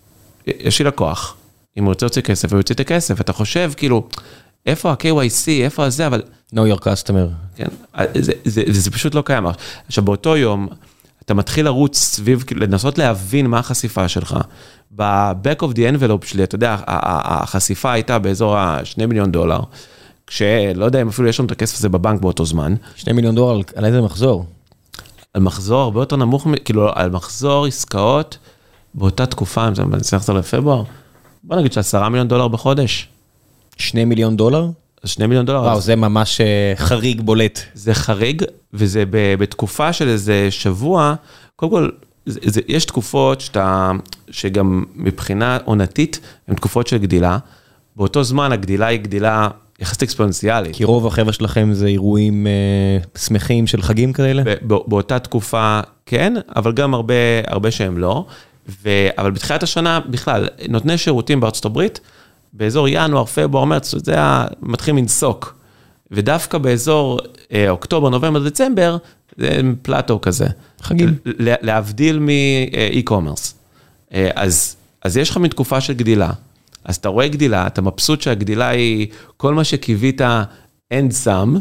יש לי לקוח, אם הוא רוצה להוציא כסף, הוא יוציא את הכסף, אתה חושב, כאילו, איפה ה-K Y C, איפה הזה, אבל... know your customer. כן, זה, זה, זה, זה פשוט לא קיים. עכשיו, באותו יום, אתה מתחיל לרוץ סביב, לנסות להבין מה החשיפה שלך. ב-back of the envelope שלי, אתה יודע, החשיפה הייתה באזור ה-שני מיליון דולר, כשלא יודע אם אפילו יש לנו את הכסף הזה בבנק באותו זמן. שני מיליון דולר, על איזה מחזור? על מחזור הרבה יותר נמוך, כאילו, על מחזור עסקאות, באותה תקופה, אם זה נצטרך לחזור לפברואר, בוא נגיד שעשרה מיליון דולר בחודש. שני מיליון דולר? שני מיליון דולר. וואו, זה ממש חריג בולט. זה חריג, וזה בתקופה של איזה שבוע, קודם כל, זה, זה, יש תקופות שאתה, שגם מבחינה עונתית, הן תקופות של גדילה, באותו זמן הגדילה היא גדילה יחסית אקספוננציאלית. כי רוב החבר'ה שלכם זה אירועים אה, שמחים של חגים כאלה? באותה תקופה כן, אבל גם הרבה, הרבה שהם לא, ו, אבל בתחילת השנה בכלל, נותני שירותים בארצות הברית, באזור ינואר, פברואר, מרץ, זה מתחיל מנסוק, ודווקא באזור אה, אוקטובר, נובמבר, דצמבר, זה פלטו כזה. חגים. להבדיל מ-e-commerce. אז, אז יש לך מתקופה של גדילה, אז אתה רואה גדילה, אתה מבסוט שהגדילה היא כל מה שקיווית אין סם,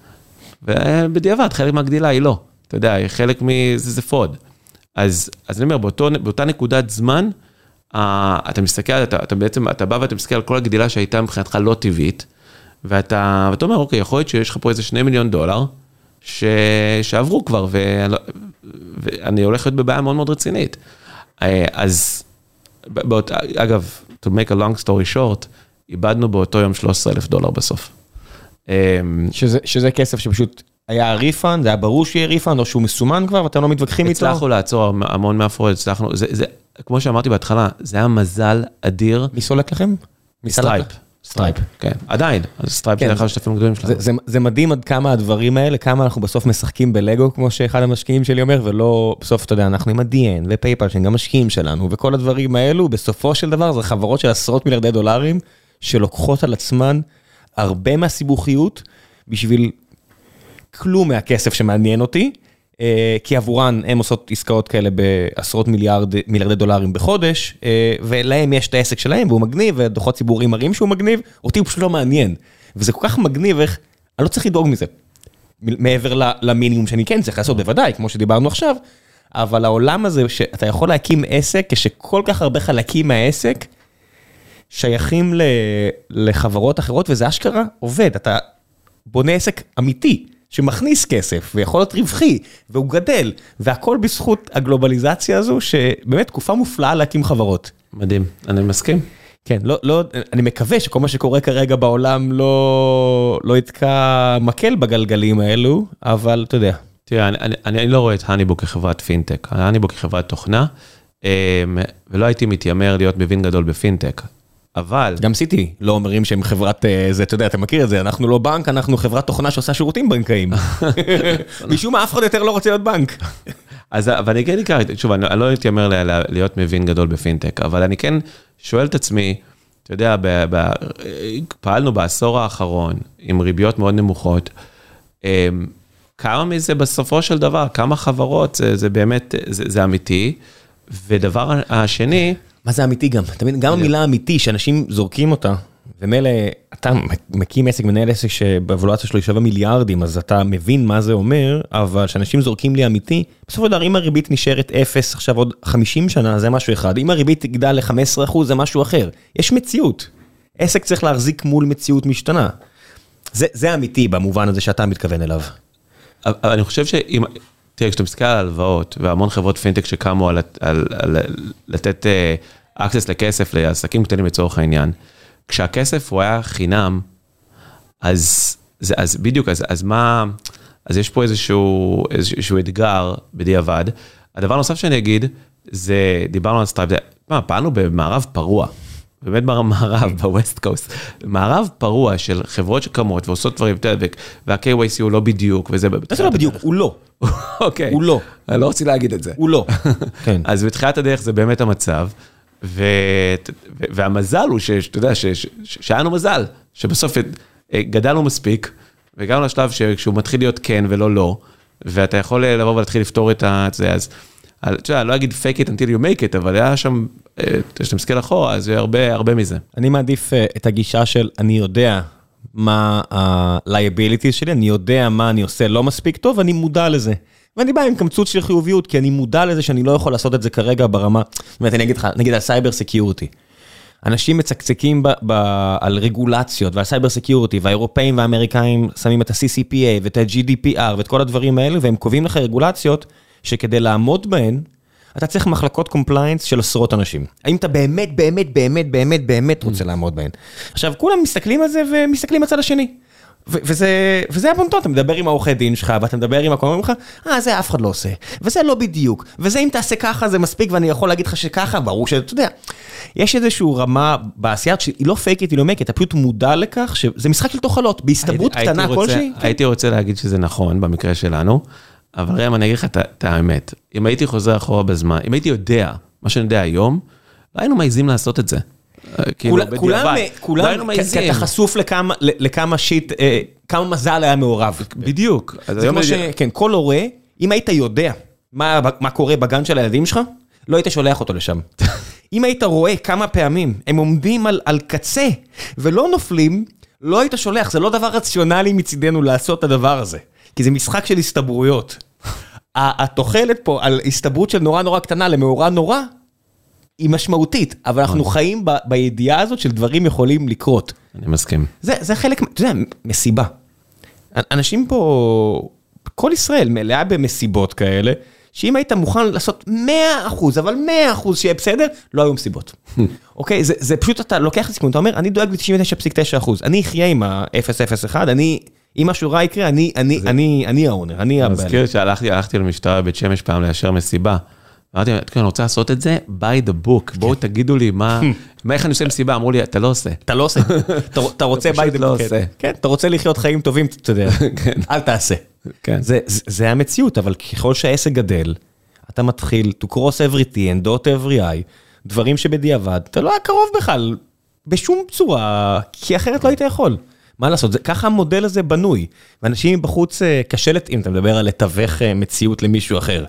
ובדיעבד חלק מהגדילה היא לא. אתה יודע, חלק מזה זה פרוד. אז, אז אני אומר, באותו, באותה נקודת זמן, אתה מסתכל, אתה, אתה בעצם, אתה בא ואתה מסתכל על כל הגדילה שהייתה מבחינתך לא טבעית, ואתה, ואתה אומר, אוקיי, יכול להיות שיש לך פה איזה שני מיליון דולר, ש... שעברו כבר, ואני, ואני הולך להיות בבעיה מאוד מאוד רצינית. אז, באות, אגב, to make a long story short, איבדנו באותו יום שלושה עשר אלף דולר בסוף. שזה, שזה כסף שפשוט היה ריפאנד, זה היה ברור שיהיה ריפאנד, או שהוא מסומן כבר, ואתם לא מתווכחים איתו? הצלחנו לעצור המון מאפורי, הצלחנו, זה, זה, כמו שאמרתי בהתחלה, זה היה מזל אדיר. מי סולק לכם? סטרייפ. סטרייפ, כן. עדיין, סטרייפ זה אחד השותפים הגדולים שלנו. זה מדהים עד כמה הדברים האלה, כמה אנחנו בסוף משחקים בלגו, כמו שאחד המשקיעים שלי אומר, ולא, בסוף, אתה יודע, אנחנו עם ה-די אן ופייפל, שהם גם משקיעים שלנו, וכל הדברים האלו, בסופו של דבר, זה חברות של עשרות מיליארדי דולרים, שלוקחות על עצמן הרבה מהסיבוכיות, בשביל כלום מהכסף שמעניין אותי, כי עבורן הם עושות עסקאות כאלה בעשרות מיליארד, מיליארדי דולרים בחודש, ולהם יש את העסק שלהם, והוא מגניב, ודוחות ציבוריים מראים שהוא מגניב, אותי הוא פשוט לא מעניין. וזה כל כך מגניב, איך, אני לא צריך לדאוג מזה. מעבר למינימום שאני כן צריך לעשות, בוודאי, כמו שדיברנו עכשיו, אבל העולם הזה, שאתה יכול להקים עסק, כשכל כך הרבה חלקים מהעסק, שייכים לחברות אחרות, וזה אשכרה עובד. אתה בונה עסק אמיתי, שמכניס כסף, ויכול להיות רווחי, והוא גדל, והכל בזכות הגלובליזציה הזו, שבאמת תקופה מופלאה להקים חברות. מדהים, אני מסכים. כן, לא, לא, אני מקווה שכל מה שקורה כרגע בעולם לא, לא יתקע מקל בגלגלים האלו, אבל אתה יודע. תראה, אני, אני, אני לא רואה את הניבוק כחברת פינטק, הניבוק כחברת תוכנה, ולא הייתי מתיימר להיות מבין גדול בפינטק. אבל... גם סיטי לא אומרים שהם חברת, זה, אתה יודע, אתה מכיר את זה, אנחנו לא בנק, אנחנו חברת תוכנה שעושה שירותים בנקאיים. משום מה אף אחד יותר לא רוצה להיות בנק. אז, אבל אני כן אקרא, שוב, אני, אני לא מתיימר להיות מבין גדול בפינטק, אבל אני כן שואל את עצמי, אתה יודע, ב, ב, פעלנו בעשור האחרון, עם ריביות מאוד נמוכות, כמה מזה בסופו של דבר, כמה חברות, זה, זה באמת, זה, זה אמיתי, ודבר השני, מה זה אמיתי גם? תמיד, גם המילה אמיתי, שאנשים זורקים אותה, ומילא, אתה מקים עסק, מנהל עסק שבאבולוציה שלו שווה מיליארדים, אז אתה מבין מה זה אומר, אבל שאנשים זורקים לי אמיתי, בסופו של דבר, אם הריבית נשארת אפס, עכשיו עוד חמישים שנה, זה משהו אחד. אם הריבית תגדל ל-חמישה עשר אחוז, זה משהו אחר. יש מציאות. עסק צריך להחזיק מול מציאות משתנה. זה, זה אמיתי במובן הזה שאתה מתכוון אליו. אבל אני חושב שאם, תראה, כשאתה מסתכל על הלוואות, והמון חברות פינטק שקמו על, על, על, על לתת uh, access לכסף לעסקים קטנים לצורך העניין, כשהכסף הוא היה חינם, אז, זה, אז בדיוק, אז, אז מה, אז יש פה איזשהו, איזשהו אתגר בדיעבד. הדבר נוסף שאני אגיד, זה, דיברנו על סטרייפ, מה, פעלנו במערב פרוע, באמת מערב, בווסט קוסט, מערב פרוע של חברות שקמות ועושות דברים, וה-קיי וואי סי הוא לא בדיוק, וזה... זה לא בדיוק, הוא לא. אוקיי. הוא לא. אני לא רוצה להגיד את זה. הוא לא. כן. אז בתחילת הדרך זה באמת המצב, והמזל הוא שאתה יודע, שהיה לנו מזל, שבסוף גדלנו מספיק, והגענו לשלב שכשהוא מתחיל להיות כן ולא לא, ואתה יכול לבוא ולהתחיל לפתור את זה, אז... אתה יודע, לא אגיד fake it until you make it, אבל היה שם, כשאתה מסתכל אחורה, אז זה הרבה, הרבה מזה. אני מעדיף את הגישה של, אני יודע מה ה-liabilities שלי, אני יודע מה אני עושה לא מספיק טוב, ואני מודע לזה. ואני בא עם קמצות של חיוביות, כי אני מודע לזה שאני לא יכול לעשות את זה כרגע ברמה, זאת אומרת, אני אגיד לך, נגיד על סייבר סקיוריטי. אנשים מצקצקים ב- ב- על רגולציות ועל סייבר סקיוריטי, והאירופאים והאמריקאים שמים את ה-סי סי פי איי ואת ה-ג'י די פי אר ואת כל הדברים האלה, והם קובעים לך רגולציות שכדי לעמוד בהן, אתה צריך מחלקות קומפליינס של עשרות אנשים. האם אתה באמת, באמת, באמת, באמת, באמת רוצה לעמוד בהן? עכשיו, כולם מסתכלים על זה ומסתכלים הצד השני. ו- וזה, וזה הבונטון, אתה מדבר עם העורכי דין שלך, ואתה מדבר עם הקומרים שלך, אה, זה אף אחד לא עושה, וזה לא בדיוק, וזה אם תעשה ככה זה מספיק, ואני יכול להגיד לך שככה, ברור שאתה יודע, יש איזושהי רמה בעשייה שהיא לא פייקית, היא לא מקית, אתה פשוט מודע לכך שזה משחק של תוכלות, בהסתברות קטנה כלשהי. הייתי רוצה להגיד שזה נכון במקרה שלנו, אבל ראם, אני אגיד לך את האמת, אם הייתי חוזר אחורה בזמן, אם הייתי יודע מה שאני יודע היום, לא היינו מעיזים לעשות את זה. כולם, כי אתה חשוף לכמה שיט, כמה מזל היה מעורב. בדיוק. זה כמו שכן, כל הורה, אם היית יודע מה קורה בגן של הילדים שלך, לא היית שולח אותו לשם. אם היית רואה כמה פעמים הם עומדים על קצה ולא נופלים, לא היית שולח. זה לא דבר רציונלי מצידנו לעשות את הדבר הזה. כי זה משחק של הסתברויות. התוחלת פה על הסתברות של נורא נורא קטנה למאורע נורא, היא משמעותית, אבל אנחנו חיים ב- בידיעה הזאת של דברים יכולים לקרות. אני מסכים. זה, זה חלק, אתה יודע, מסיבה. אנשים פה, כל ישראל מלאה במסיבות כאלה, שאם היית מוכן לעשות מאה אחוז, אבל מאה אחוז שיהיה בסדר, לא היו מסיבות. אוקיי? זה, זה פשוט, אתה לוקח לסיכון, אתה אומר, אני דואג ב-תשעים ותשע נקודה תשע אחוז, אני אחיה עם ה-אפס אפס אחת, אני, אם משהו רע יקרה, אני, אני, אני, אני האונר, אני הבעל. מזכיר שהלכתי, הלכתי למשטרה בית שמש פעם לאשר מסיבה, אמרתי, אני רוצה לעשות את זה, by the book, בואו תגידו לי מה, איך אני עושה מסיבה, אמרו לי, אתה לא עושה. אתה לא עושה, אתה רוצה by the book, כן, אתה רוצה לחיות חיים טובים, אתה יודע, אל תעשה. זה המציאות, אבל ככל שהעסק גדל, אתה מתחיל to cross every T and dot every I, דברים שבדיעבד, אתה לא היה קרוב בכלל, בשום צורה, כי אחרת לא היית יכול. מה לעשות? ככה המודל הזה בנוי, ואנשים בחוץ קשה, אם אתה מדבר על לתווך מציאות למישהו אחר.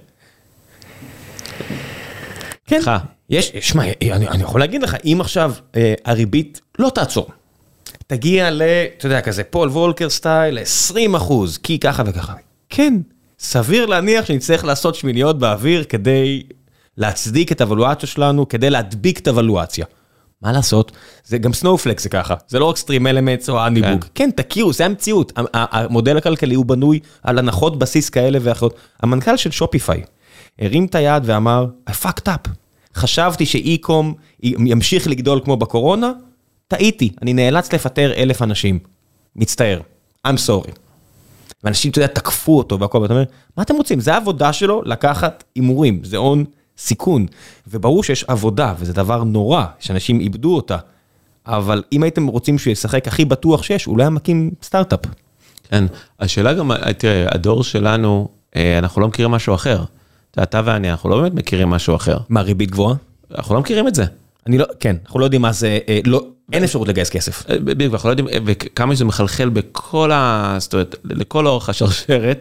כן, יש, שמע, אני, אני יכול להגיד לך, אם עכשיו אה, הריבית לא תעצור, תגיע ל, אתה יודע, כזה פול וולקר סטייל, עשרים אחוז, כי ככה וככה. כן, סביר להניח שנצטרך לעשות שמיניות באוויר כדי להצדיק את הוולואציה שלנו, כדי להדביק את הוולואציה. מה לעשות? זה גם סנופלק זה ככה, זה לא רק סטרים אלמנטס או אניבוק. כן, תכירו, זה המציאות. המודל הכלכלי הוא בנוי על הנחות בסיס כאלה ואחרות. המנכ"ל של שופיפיי הרים את היד ואמר, I fucked up. חשבתי שאי-קום ימשיך לגדול כמו בקורונה, טעיתי, אני נאלץ לפטר אלף אנשים. מצטער, I'm sorry. ואנשים, אתה יודע, תקפו אותו והכל, ואתה אומר, מה אתם רוצים? זה העבודה שלו לקחת אימורים, זה און סיכון, וברור שיש עבודה, וזה דבר נורא, שאנשים איבדו אותה, אבל אם הייתם רוצים שהוא ישחק הכי בטוח שיש, אולי מקים סטארט-אפ. כן, השאלה גם, תראה, הדור שלנו, אנחנו לא מכירים משהו אחר. אתה ואני, אנחנו לא באמת מכירים משהו אחר. מה, ריבית גבוהה? אנחנו לא מכירים את זה. אני לא, כן, אנחנו לא יודעים מה זה, לא, אין אפשרות לגייס כסף. בדיוק, אנחנו לא יודעים, וכמה שזה מחלחל בכל ה... זאת אומרת, לכל אורך השרשרת,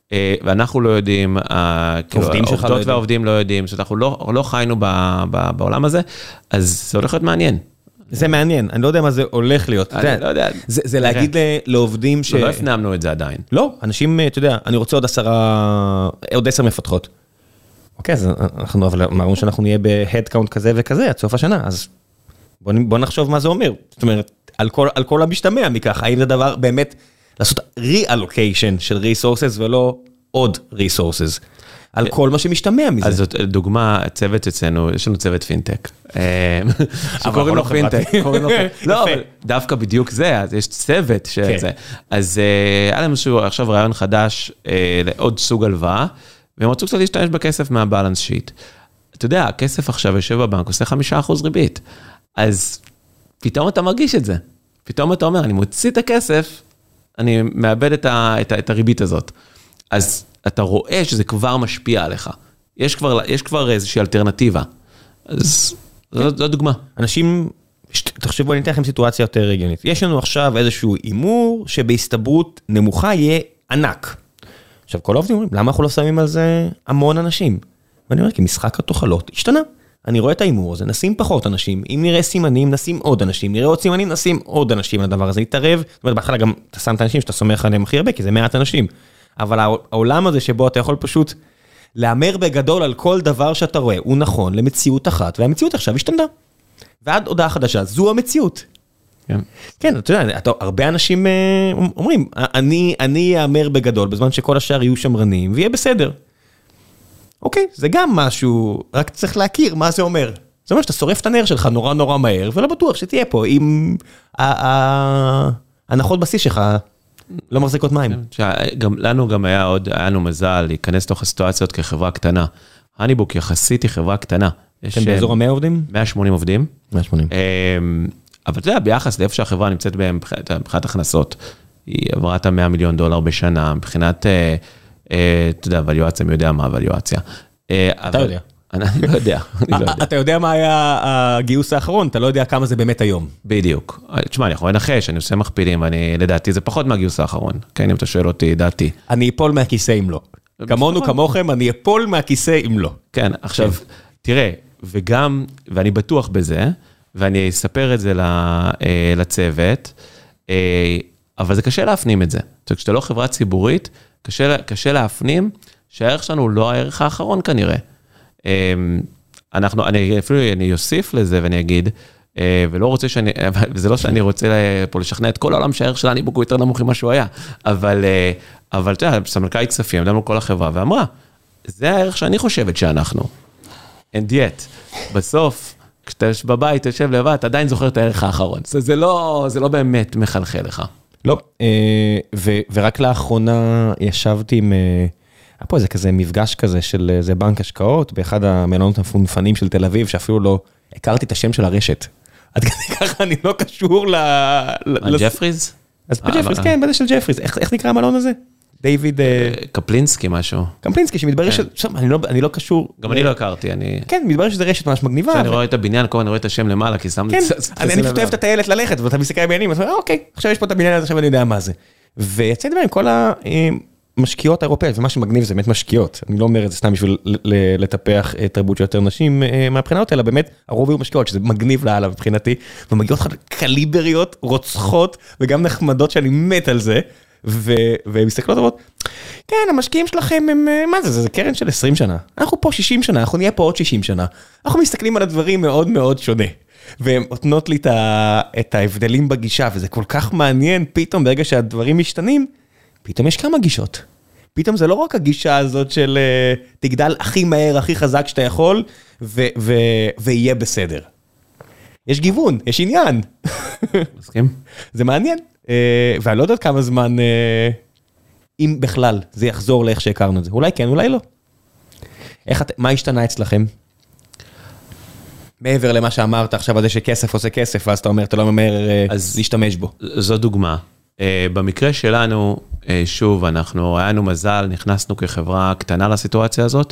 ואנחנו לא יודעים, העובדות והעובדים לא יודעים, שאנחנו לא חיינו בעולם הזה, אז זה הולך להיות מעניין. זה מעניין, אני לא יודע מה זה הולך להיות. אני לא יודע. זה להגיד לעובדים ש... לא הפנמנו את זה עדיין. לא, אנשים, אתה יודע, אני רוצה עוד עשרה, עוד עשר מפתחות. אוקיי, אז אנחנו אמרנו שאנחנו נהיה בהדקאונט כזה וכזה עד סוף השנה, אז בוא נחשוב מה זה אומר. זאת אומרת, על כל המשתמע מכך, האם זה דבר באמת לעשות re-allocation של resources ולא עוד resources. על כל מה שמשתמע מזה. אז זאת דוגמה, צוות אצלנו, יש לנו צוות פינטק. שקוראים לו פינטק. לא, דווקא בדיוק זה, אז יש צוות של זה. אז היה להם עכשיו רעיון חדש לעוד סוג הלוואה, והם רצו קצת להשתמש בכסף מהבלנס שיט. אתה יודע, הכסף עכשיו יושב בבנק, עושה חמישה אחוז ריבית. אז פתאום אתה מרגיש את זה. פתאום אתה אומר, אני מוציא את הכסף, אני מאבד את הריבית הזאת. אז אתה רואה שזה כבר משפיע עליך. יש כבר, יש כבר איזושהי אלטרנטיבה. אז זו דוגמה. אנשים, תחשבו, אני אתן לכם סיטואציה יותר רגיונית. יש לנו עכשיו איזשהו אימור שבהסתברות נמוכה יהיה ענק. עכשיו, כל העובדים אומרים, למה אנחנו לא שמים על זה המון אנשים? ואני אומר, כי משחק התוחלות השתנה. אני רואה את האימור הזה, נשים פחות אנשים, אם נראה סימנים, נשים עוד אנשים, נראה עוד סימנים, נשים עוד אנשים לדבר הזה, להתערב. זאת אומרת, בהתחלה גם אתה שם את האנשים שאתה סומך עליהם הכי הרבה, כי זה מעט אנשים. אבל העולם הזה שבו אתה יכול פשוט לאמר בגדול על כל דבר שאתה רואה, הוא נכון למציאות אחת, והמציאות עכשיו השתנתה. ועד הודעה חדשה, זו המציאות. כן. כן, אתה יודע, אתה, הרבה אנשים אומרים, אני, אני אאמר בגדול, בזמן שכל השאר יהיו שמרנים, ויהיה בסדר. אוקיי, זה גם משהו, רק צריך להכיר מה זה אומר. זה אומר שאתה שורף את הנר שלך נורא נורא מהר, ולא בטוח שתהיה פה עם ההנחות בסיס שלך, לא מחזיקות מים. גם, לנו גם היה עוד, היה לנו מזל להיכנס לתוך הסיטואציות כחברה קטנה. הניבוק יחסית היא חברה קטנה. אתם באזור ה-מאה עובדים? מאה ושמונים עובדים. מאה ושמונים. אבל אתה יודע, ביחס לאיפה שהחברה נמצאת מבחינת הכנסות, היא עברה את ה-מאה מיליון דולר בשנה, מבחינת, אתה יודע, ואליואציה, מי יודע מה ואליואציה. אתה יודע. אני לא יודע. אתה יודע מה היה הגיוס האחרון, אתה לא יודע כמה זה באמת היום. בדיוק. תשמע, אני יכול לנחש, אני עושה מכפילים, ואני, לדעתי, זה פחות מהגיוס האחרון. כן, אם אתה שואל אותי, דעתי. אני אפול מהכיסא אם לא. כמונו, כמוכם, אני אפול מהכיסא אם לא. כן, עכשיו, תראה, וגם, ואני בטוח בזה, ואני אספר את זה לצוות, אבל זה קשה להפנים את זה. כשאתה לא חברה ציבורית, קשה להפנים שהערך שלנו הוא לא הערך האחרון כנראה. אנחנו, אני אפילו, אני אוסיף לזה ואני אגיד, ולא רוצה שאני, וזה לא שאני רוצה פה לשכנע את כל העולם שהערך שלה הניבוק הוא יותר נמוך ממה שהוא היה, אבל, אבל אתה יודע, סמנכ"לית כספים, עמדנו כל החברה, ואמרה, זה הערך שאני חושבת שאנחנו. And yet, בסוף, כשאתה יושב בבית, יושב לבד, אתה עדיין זוכר את הערך האחרון. זה לא, זה לא באמת מחלחל לך. לא, ורק לאחרונה ישבתי עם, היה פה איזה כזה מפגש כזה של איזה בנק השקעות, באחד המלונות המפונפנים של תל אביב, שאפילו לא הכרתי את השם של הרשת. עד כדי ככה אני לא קשור ל... ג'פריז? אז בג'פריז, כן, בזה של ג'פריז. איך נקרא המלון הזה? דיוויד... קפלינסקי משהו. קפלינסקי, שמתברר ש... אני לא קשור... גם אני לא הכרתי, אני... כן, מתברר שזה רשת ממש מגניבה. כשאני רואה את הבניין, אני רואה את השם למעלה, כי שם... כן, אני פשוט אוהב את הטיילת ללכת, ואתה מסתכל בעניינים, ואתה אומר, אוקיי, עכשיו יש פה את הבניין הזה, עכשיו אני יודע מה זה. ויצאתי בהם כל המשקיעות האירופאיות, ומה שמגניב זה באמת משקיעות. אני לא אומר את זה סתם בשביל לטפח תרבות של יותר נשים מהבחינות, אלא באמת הרוב היו משקיעות, שזה מגניב להלאה מבחינתי, ומגיעות קליבריות, רוצחות, וגם נחמדות שאני מת על זה. ומסתכלות אומרות, כן, המשקיעים שלכם הם, מה זה, זה קרן של עשרים שנה. אנחנו פה שישים שנה, אנחנו נהיה פה עוד שישים שנה. אנחנו מסתכלים על הדברים מאוד מאוד שונה. והן נותנות לי את ההבדלים בגישה, וזה כל כך מעניין, פתאום ברגע שהדברים משתנים, פתאום יש כמה גישות. פתאום זה לא רק הגישה הזאת של תגדל הכי מהר, הכי חזק שאתה יכול, ויהיה בסדר. יש גיוון, יש עניין. מסכים? זה מעניין. ואני לא יודעת כמה זמן, אם בכלל, זה יחזור לאיך שהכרנו את זה. אולי כן, אולי לא. איך, מה השתנה אצלכם? מעבר למה שאמרת עכשיו, על זה שכסף עושה כסף, ואז אתה אומר, אתה לא ממהר להשתמש בו. זו דוגמה. במקרה שלנו, שוב, אנחנו, היה לנו מזל, נכנסנו כחברה קטנה לסיטואציה הזאת,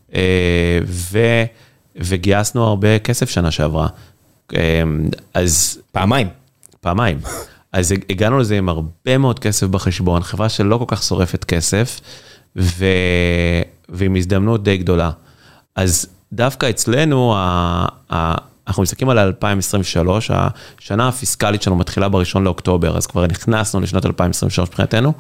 וגייסנו הרבה כסף שנה שעברה. אז... פעמיים. פעמיים. אז הגענו לזה עם הרבה מאוד כסף בחשבון, חברה שלא כל כך שורפת כסף, ו... ועם הזדמנות די גדולה. אז דווקא אצלנו, ה... ה... אנחנו מסתכלים על אלפיים עשרים ושלוש, השנה הפיסקלית שלנו מתחילה בראשון לאוקטובר, אז כבר נכנסנו לשנת אלפיים עשרים ושלוש מבחינתנו,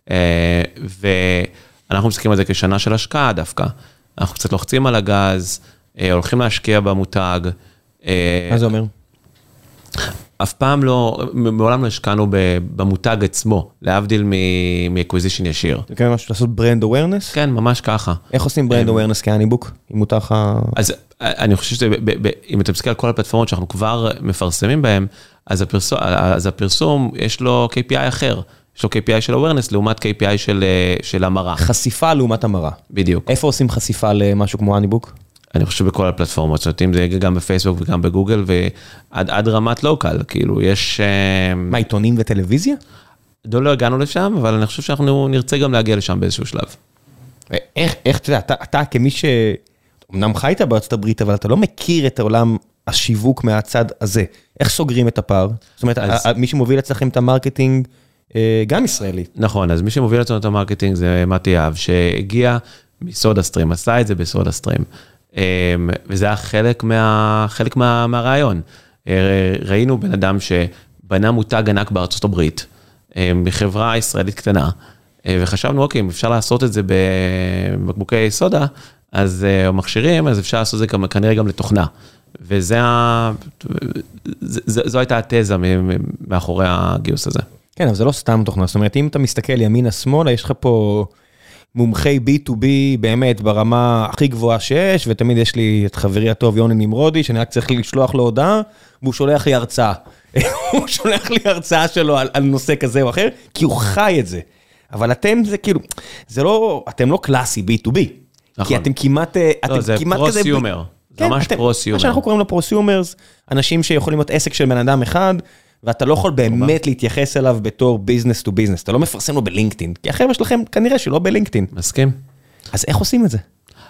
ואנחנו מסתכלים על זה כשנה של השקעה דווקא. אנחנו קצת לוחצים על הגז, הולכים להשקיע במותג. מה זה אומר? אף פעם לא, מעולם לא השקענו במותג עצמו, להבדיל מ-acquisition ישיר. זה כן משהו לעשות brand awareness? כן, ממש ככה. איך עושים brand awareness כהניבוק? עם מותג ה... אז אני חושב שאם אתה מסתכל על כל הפלטפורמות שאנחנו כבר מפרסמים בהן, אז הפרסום יש לו K P I אחר. יש לו K P I של awareness לעומת K P I של המרה. חשיפה לעומת המרה. בדיוק. איפה עושים חשיפה למשהו כמו הניבוק? אני חושב בכל הפלטפורמות, זאת אומרת, אם זה גם בפייסבוק וגם בגוגל, ועד רמת לוקל, כאילו, יש... מה, עיתונים וטלוויזיה? לא הגענו לשם, אבל אני חושב שאנחנו נרצה גם להגיע לשם באיזשהו שלב. איך, איך, אתה יודע, אתה, אתה כמי ש... אמנם חיית בארצות הברית, אבל אתה לא מכיר את העולם השיווק מהצד הזה. איך סוגרים את הפער? זאת אומרת, אז... מי שמוביל אצלכם את המרקטינג, גם ישראלי. נכון, אז מי שמוביל אצלנו את המרקטינג זה מתי יהב, שהגיע מסודה סטרים, עשה את זה בסודה סטרים. וזה היה חלק מה, חלק מה, מהרעיון. ראינו בן אדם שבנה מותג ענק בארצות הברית, בחברה ישראלית קטנה, וחשבנו, אוקיי, אם אפשר לעשות את זה בבקבוקי סודה, אז מכשירים, אז אפשר לעשות את זה כנראה גם לתוכנה. וזה, זו הייתה התזה מאחורי הגיוס הזה. כן, אבל זה לא סתם תוכנה. זאת אומרת, אם אתה מסתכל ימינה-שמאלה, יש לך פה... מומחי בי טו בי באמת ברמה הכי גבוהה שיש, ותמיד יש לי את חברי הטוב יוני נמרודי, שאני רק צריך לשלוח לו הודעה, והוא שולח לי הרצאה. הוא שולח לי הרצאה שלו על, על נושא כזה או אחר, כי הוא חי את זה. אבל אתם זה כאילו, זה לא, אתם לא קלאסי בי טו בי. נכון. כי אתם כמעט, אתם לא, זה כמעט פרוסיומר. כזה... פרוסיומר. זה ממש פרוסיומר. מה שאנחנו קוראים לו פרוסיומרס, אנשים שיכולים להיות עסק של בן אדם אחד, ואתה לא יכול באמת להתייחס אליו בתור ביזנס טו ביזנס, אתה לא מפרסם לו בלינקדאין, כי החבר'ה שלכם כנראה שלא בלינקדאין. מסכים. אז איך עושים את זה?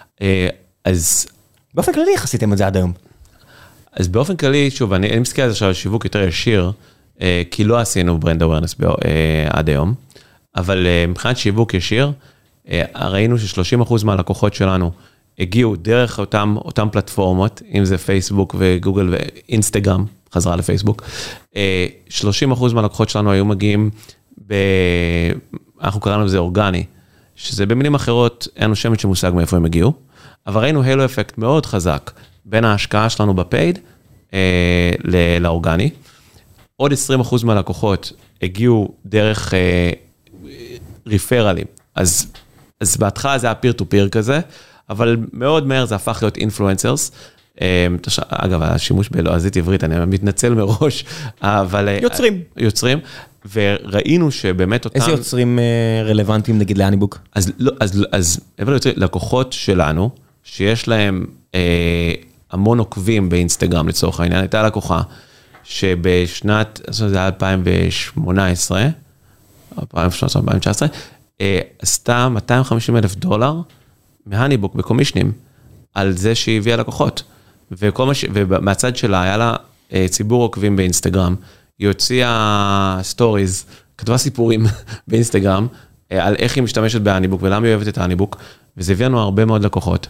אז... באופן כללי איך עשיתם את זה עד היום? אז באופן כללי, שוב, אני, אני מסתכל על זה עכשיו על שיווק יותר ישיר, כי לא עשינו ברנד אווירנס עד היום, אבל מבחינת שיווק ישיר, ראינו ש-שלושים אחוז מהלקוחות שלנו הגיעו דרך אותם, אותם פלטפורמות, אם זה פייסבוק וגוגל ואינסטגרם, חזרה לפייסבוק, שלושים אחוז מהלקוחות שלנו היו מגיעים, ב... אנחנו קראנו לזה אורגני, שזה במילים אחרות, אין לנו שמץ שמושג מאיפה הם הגיעו, אבל ראינו הילו אפקט מאוד חזק, בין ההשקעה שלנו בפייד, לאורגני, עוד עשרים אחוז מהלקוחות הגיעו דרך ריפרלים, אז, אז בהתחלה זה היה פיר טו פיר כזה, אבל מאוד מהר זה הפך להיות אינפלואנסרס, אגב, השימוש בלועזית עברית, אני מתנצל מראש, אבל... יוצרים. יוצרים, וראינו שבאמת אותם... איזה יוצרים רלוונטיים נגיד להניבוק? אז, אז, אז, לקוחות שלנו, שיש להם המון עוקבים באינסטגרם לצורך העניין, הייתה לקוחה, שבשנת, זה היה אלפיים שמונה עשרה, אלפיים תשע עשרה, עשתה מאתיים וחמישים אלף דולר מהניבוק בקומישנים, על זה שהיא הביאה לקוחות. וכל מה ש... ומהצד שלה היה לה ציבור עוקבים באינסטגרם, היא הוציאה סטוריז, כתבה סיפורים באינסטגרם, על איך היא משתמשת בהניבוק, ולמה היא אוהבת את ההניבוק, וזה הביא לנו הרבה מאוד לקוחות.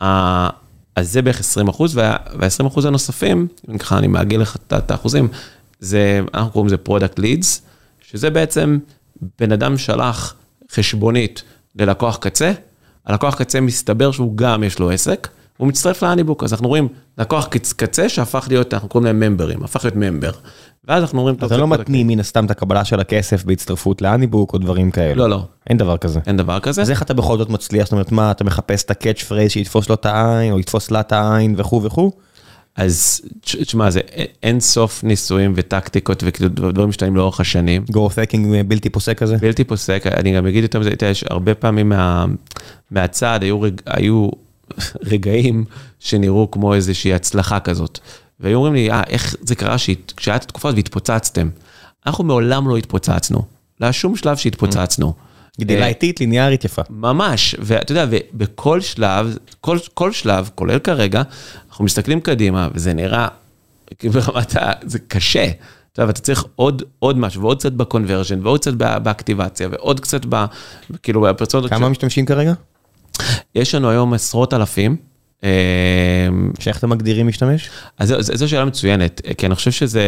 אז זה בערך עשרים אחוז, וה-עשרים אחוז הנוספים, אם ככה אני מעגל לך את האחוזים, זה, אנחנו קוראים לזה פרודקט לידס, שזה בעצם בן אדם שלח חשבונית ללקוח קצה, הלקוח קצה מסתבר שהוא גם יש לו עסק, הוא מצטרף להניבוק, אז אנחנו רואים לקוח קצה שהפך להיות, אנחנו קוראים להם ממברים, הפך להיות ממבר. ואז אנחנו רואים... אתה לא מתנים מן הסתם את הקבלה של הכסף בהצטרפות להניבוק או דברים כאלה. לא, לא. אין דבר כזה. אין דבר כזה. אז איך אתה בכל זאת מצליח? זאת אומרת, מה, אתה מחפש את הקאץ' פרייז שיתפוס לו את העין, או יתפוס לה את העין וכו' וכו'? אז, תשמע, זה אין סוף ניסויים וטקטיקות ודברים משתנים לאורך השנים. גו-פקינג בלתי פוסק כזה? בלתי פוסק, אני גם אגיד יותר מזה, יש הרבה פעמים מה, מהצד, היו, היו רגעים שנראו כמו איזושהי הצלחה כזאת. והיו אומרים לי, אה, איך זה קרה כשהיית התקופה והתפוצצתם? אנחנו מעולם לא התפוצצנו. לא שום שלב שהתפוצצנו. גדילה איטית, ליניארית יפה. ממש, ואתה יודע, ובכל שלב, כל, כל שלב, כולל כרגע, אנחנו מסתכלים קדימה, וזה נראה, ברמת ה... זה קשה. אתה יודע, ואתה צריך עוד, עוד משהו, ועוד קצת בקונברז'ן, ועוד קצת באקטיבציה, ועוד קצת ב... כאילו, בפרסונות... כמה משתמשים כרגע? יש לנו היום עשרות אלפים. שאיך אתם מגדירים משתמש? אז זו שאלה מצוינת, כי אני חושב שזו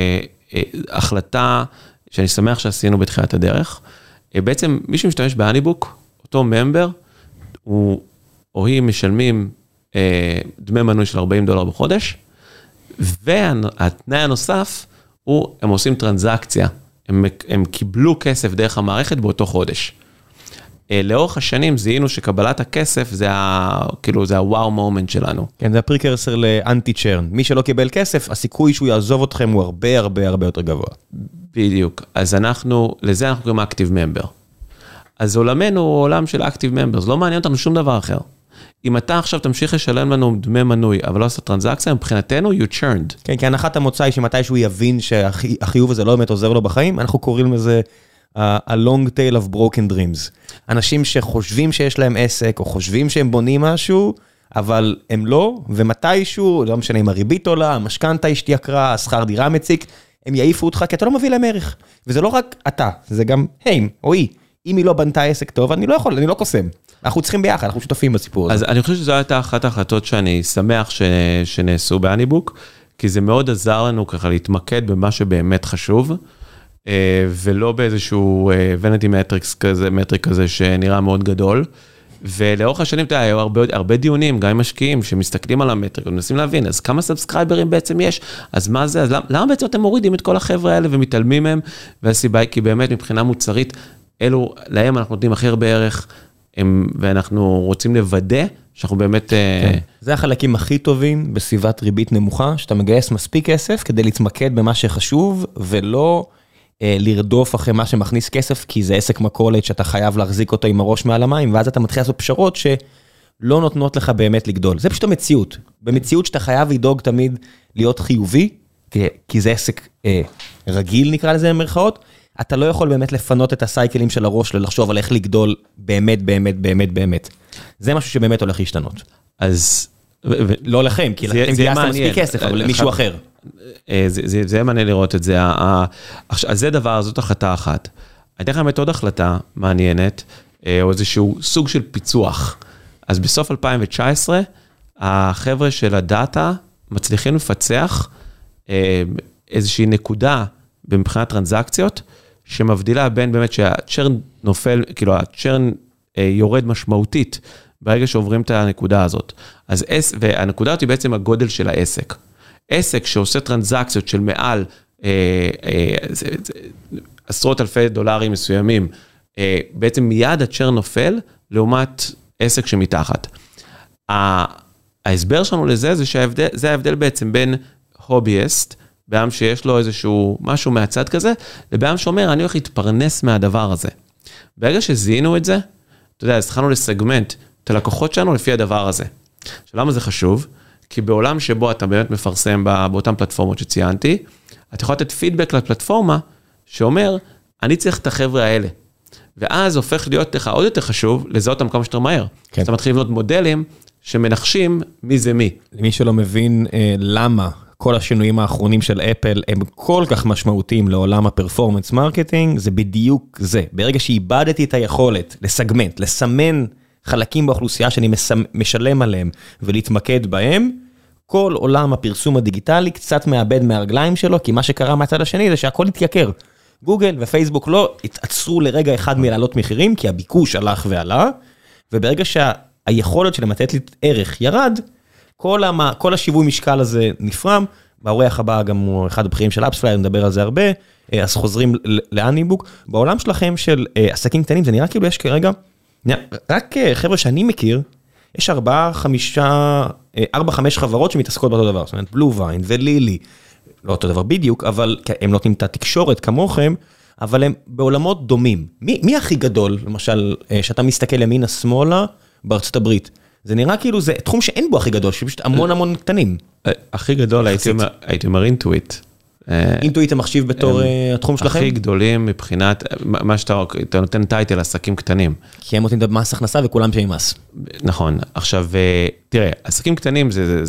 החלטה שאני שמח שעשינו בתחילת הדרך. בעצם מי שמשתמש בהניבוק, אותו ממבר, הוא או היא משלמים דמי מנוי של ארבעים דולר בחודש, והתנאי הנוסף הוא, הם עושים טרנזקציה, הם, הם קיבלו כסף דרך המערכת באותו חודש. לאורך השנים זיהינו שקבלת הכסף זה ה, כאילו זה הוואו מומנט שלנו. כן, זה הפריקרסר לאנטי צ'רן. מי שלא קיבל כסף, הסיכוי שהוא יעזוב אתכם הוא הרבה הרבה הרבה יותר גבוה. בדיוק. אז אנחנו, לזה אנחנו קוראים אקטיב ממבר. אז עולמנו הוא עולם של אקטיב ממבר, זה לא מעניין אותנו שום דבר אחר. אם אתה עכשיו תמשיך לשלם לנו דמי מנוי, אבל לא עושה טרנזקציה, מבחינתנו, you churned. כן, כי הנחת המוצא היא שמתי שהוא יבין שהחיוב הזה לא באמת עוזר לו בחיים, אנחנו קוראים לזה a long tail of broken dreams. אנשים שחושבים שיש להם עסק, או חושבים שהם בונים משהו, אבל הם לא, ומתישהו, לא משנה אם הריבית עולה, המשכנתא השתייקרה, השכר דירה מציק, הם יעיפו אותך, כי אתה לא מביא להם ערך. וזה לא רק אתה, זה גם הם, או היא. אם היא לא בנתה עסק טוב, אני לא יכול, אני לא קוסם. אנחנו צריכים ביחד, אנחנו שותפים בסיפור הזה. אז אני חושב שזו הייתה אחת ההחלטות שאני שמח ש... שנעשו בהניבוק, כי זה מאוד עזר לנו ככה להתמקד במה שבאמת חשוב, ולא באיזשהו וניטי מטריקס כזה, מטריק כזה שנראה מאוד גדול, ולאורך השנים, אתה יודע, היו הרבה, הרבה דיונים, גם עם משקיעים, שמסתכלים על המטריק, ומנסים להבין, אז כמה סאבסקרייברים בעצם יש, אז מה זה, אז למה, למה בעצם אתם מורידים את כל החבר'ה האלה ומתעלמים מהם, והסיבה היא כי באמת מבחינה מוצרית, אלו, להם אנחנו נותנים הכי הרבה ערך, הם, ואנחנו רוצים לוודא שאנחנו באמת... כן. זה החלקים הכי טובים בסביבת ריבית נמוכה, שאתה מגייס מספיק כסף כדי להתמקד במה שחשוב, ולא אה, לרדוף אחרי מה שמכניס כסף, כי זה עסק מכולת שאתה חייב להחזיק אותו עם הראש מעל המים, ואז אתה מתחיל לעשות פשרות שלא נותנות לך באמת לגדול. זה פשוט המציאות. במציאות שאתה חייב לדאוג תמיד להיות חיובי, כי, כי זה עסק אה, רגיל נקרא לזה במרכאות, אתה לא יכול באמת לפנות את הסייקלים של הראש, לחשוב על איך לגדול באמת, באמת, באמת, באמת. זה משהו שבאמת הולך להשתנות. אז... לא לכם, כי אתם גייסתם מספיק כסף, אבל למישהו אחר. זה יהיה מעניין לראות את זה. אז זה דבר, זאת החלטה אחת. אני אתן לכם עוד החלטה מעניינת, או איזשהו סוג של פיצוח. אז בסוף אלפיים תשע עשרה, החבר'ה של הדאטה מצליחים לפצח איזושהי נקודה במבחינת טרנזקציות, שמבדילה בין באמת שהצ'רן נופל, כאילו הצ'רן יורד משמעותית, ברגע שעוברים את הנקודה הזאת. אז, והנקודה הזאת היא בעצם הגודל של העסק. עסק שעושה טרנזקציות של מעל אה, אה, עשרות אלפי דולרים מסוימים, אה, בעצם מיד הצ'רן נופל, לעומת עסק שמתחת. ההסבר שלנו לזה, זה שההבדל, זה ההבדל בעצם בין הובייסט, בעם שיש לו איזשהו משהו מהצד כזה, לבעם שאומר, אני הולך להתפרנס מהדבר הזה. ברגע שזיהינו את זה, אתה יודע, אז התחלנו לסגמנט את הלקוחות שלנו לפי הדבר הזה. עכשיו, למה זה חשוב? כי בעולם שבו אתה באמת מפרסם באותן פלטפורמות שציינתי, אתה יכול לתת פידבק לפלטפורמה שאומר, אני צריך את החבר'ה האלה. ואז הופך להיות לך עוד יותר חשוב, לזהות אותם כמה שיותר מהר. כן. אתה מתחיל לבנות מודלים שמנחשים מי זה מי. למי שלא מבין אה, למה כל השינויים האחרונים של אפל הם כל כך משמעותיים לעולם הפרפורמנס מרקטינג, זה בדיוק זה. ברגע שאיבדתי את היכולת לסגמנט, לסמן חלקים באוכלוסייה שאני משלם עליהם ולהתמקד בהם, כל עולם הפרסום הדיגיטלי קצת מאבד מהרגליים שלו, כי מה שקרה מהצד השני זה שהכל התייקר. גוגל ופייסבוק לא התעצרו לרגע אחד מלעלות מחירים, כי הביקוש הלך ועלה, וברגע שהיכולת שלהם לתת לי ערך ירד, כל, המה, כל השיווי משקל הזה נפרם, והאורח הבא גם הוא אחד הבכירים של אפספלייר, נדבר על זה הרבה, אז חוזרים להניבוק. בעולם שלכם של עסקים קטנים, זה נראה כאילו יש כרגע, רק חבר'ה שאני מכיר, יש ארבעה, חמישה, ארבע, חמש חברות שמתעסקות באותו דבר, זאת אומרת, בלו ויין ולילי, לא אותו דבר בדיוק, אבל הם נותנים את התקשורת כמוכם, אבל הם בעולמות דומים. מי, מי הכי גדול, למשל, שאתה מסתכל ימינה שמאלה בארצות הברית? זה נראה כאילו זה תחום שאין בו הכי גדול, שפשוט המון המון קטנים. הכי גדול, הייתי אומר אינטואיט. אינטואיט המחשיב בתור התחום שלכם? הכי גדולים מבחינת, מה שאתה נותן טייטל, עסקים קטנים. כי הם נותנים מס הכנסה וכולם שהם מס. נכון. עכשיו, תראה, עסקים קטנים זה, זה, זה,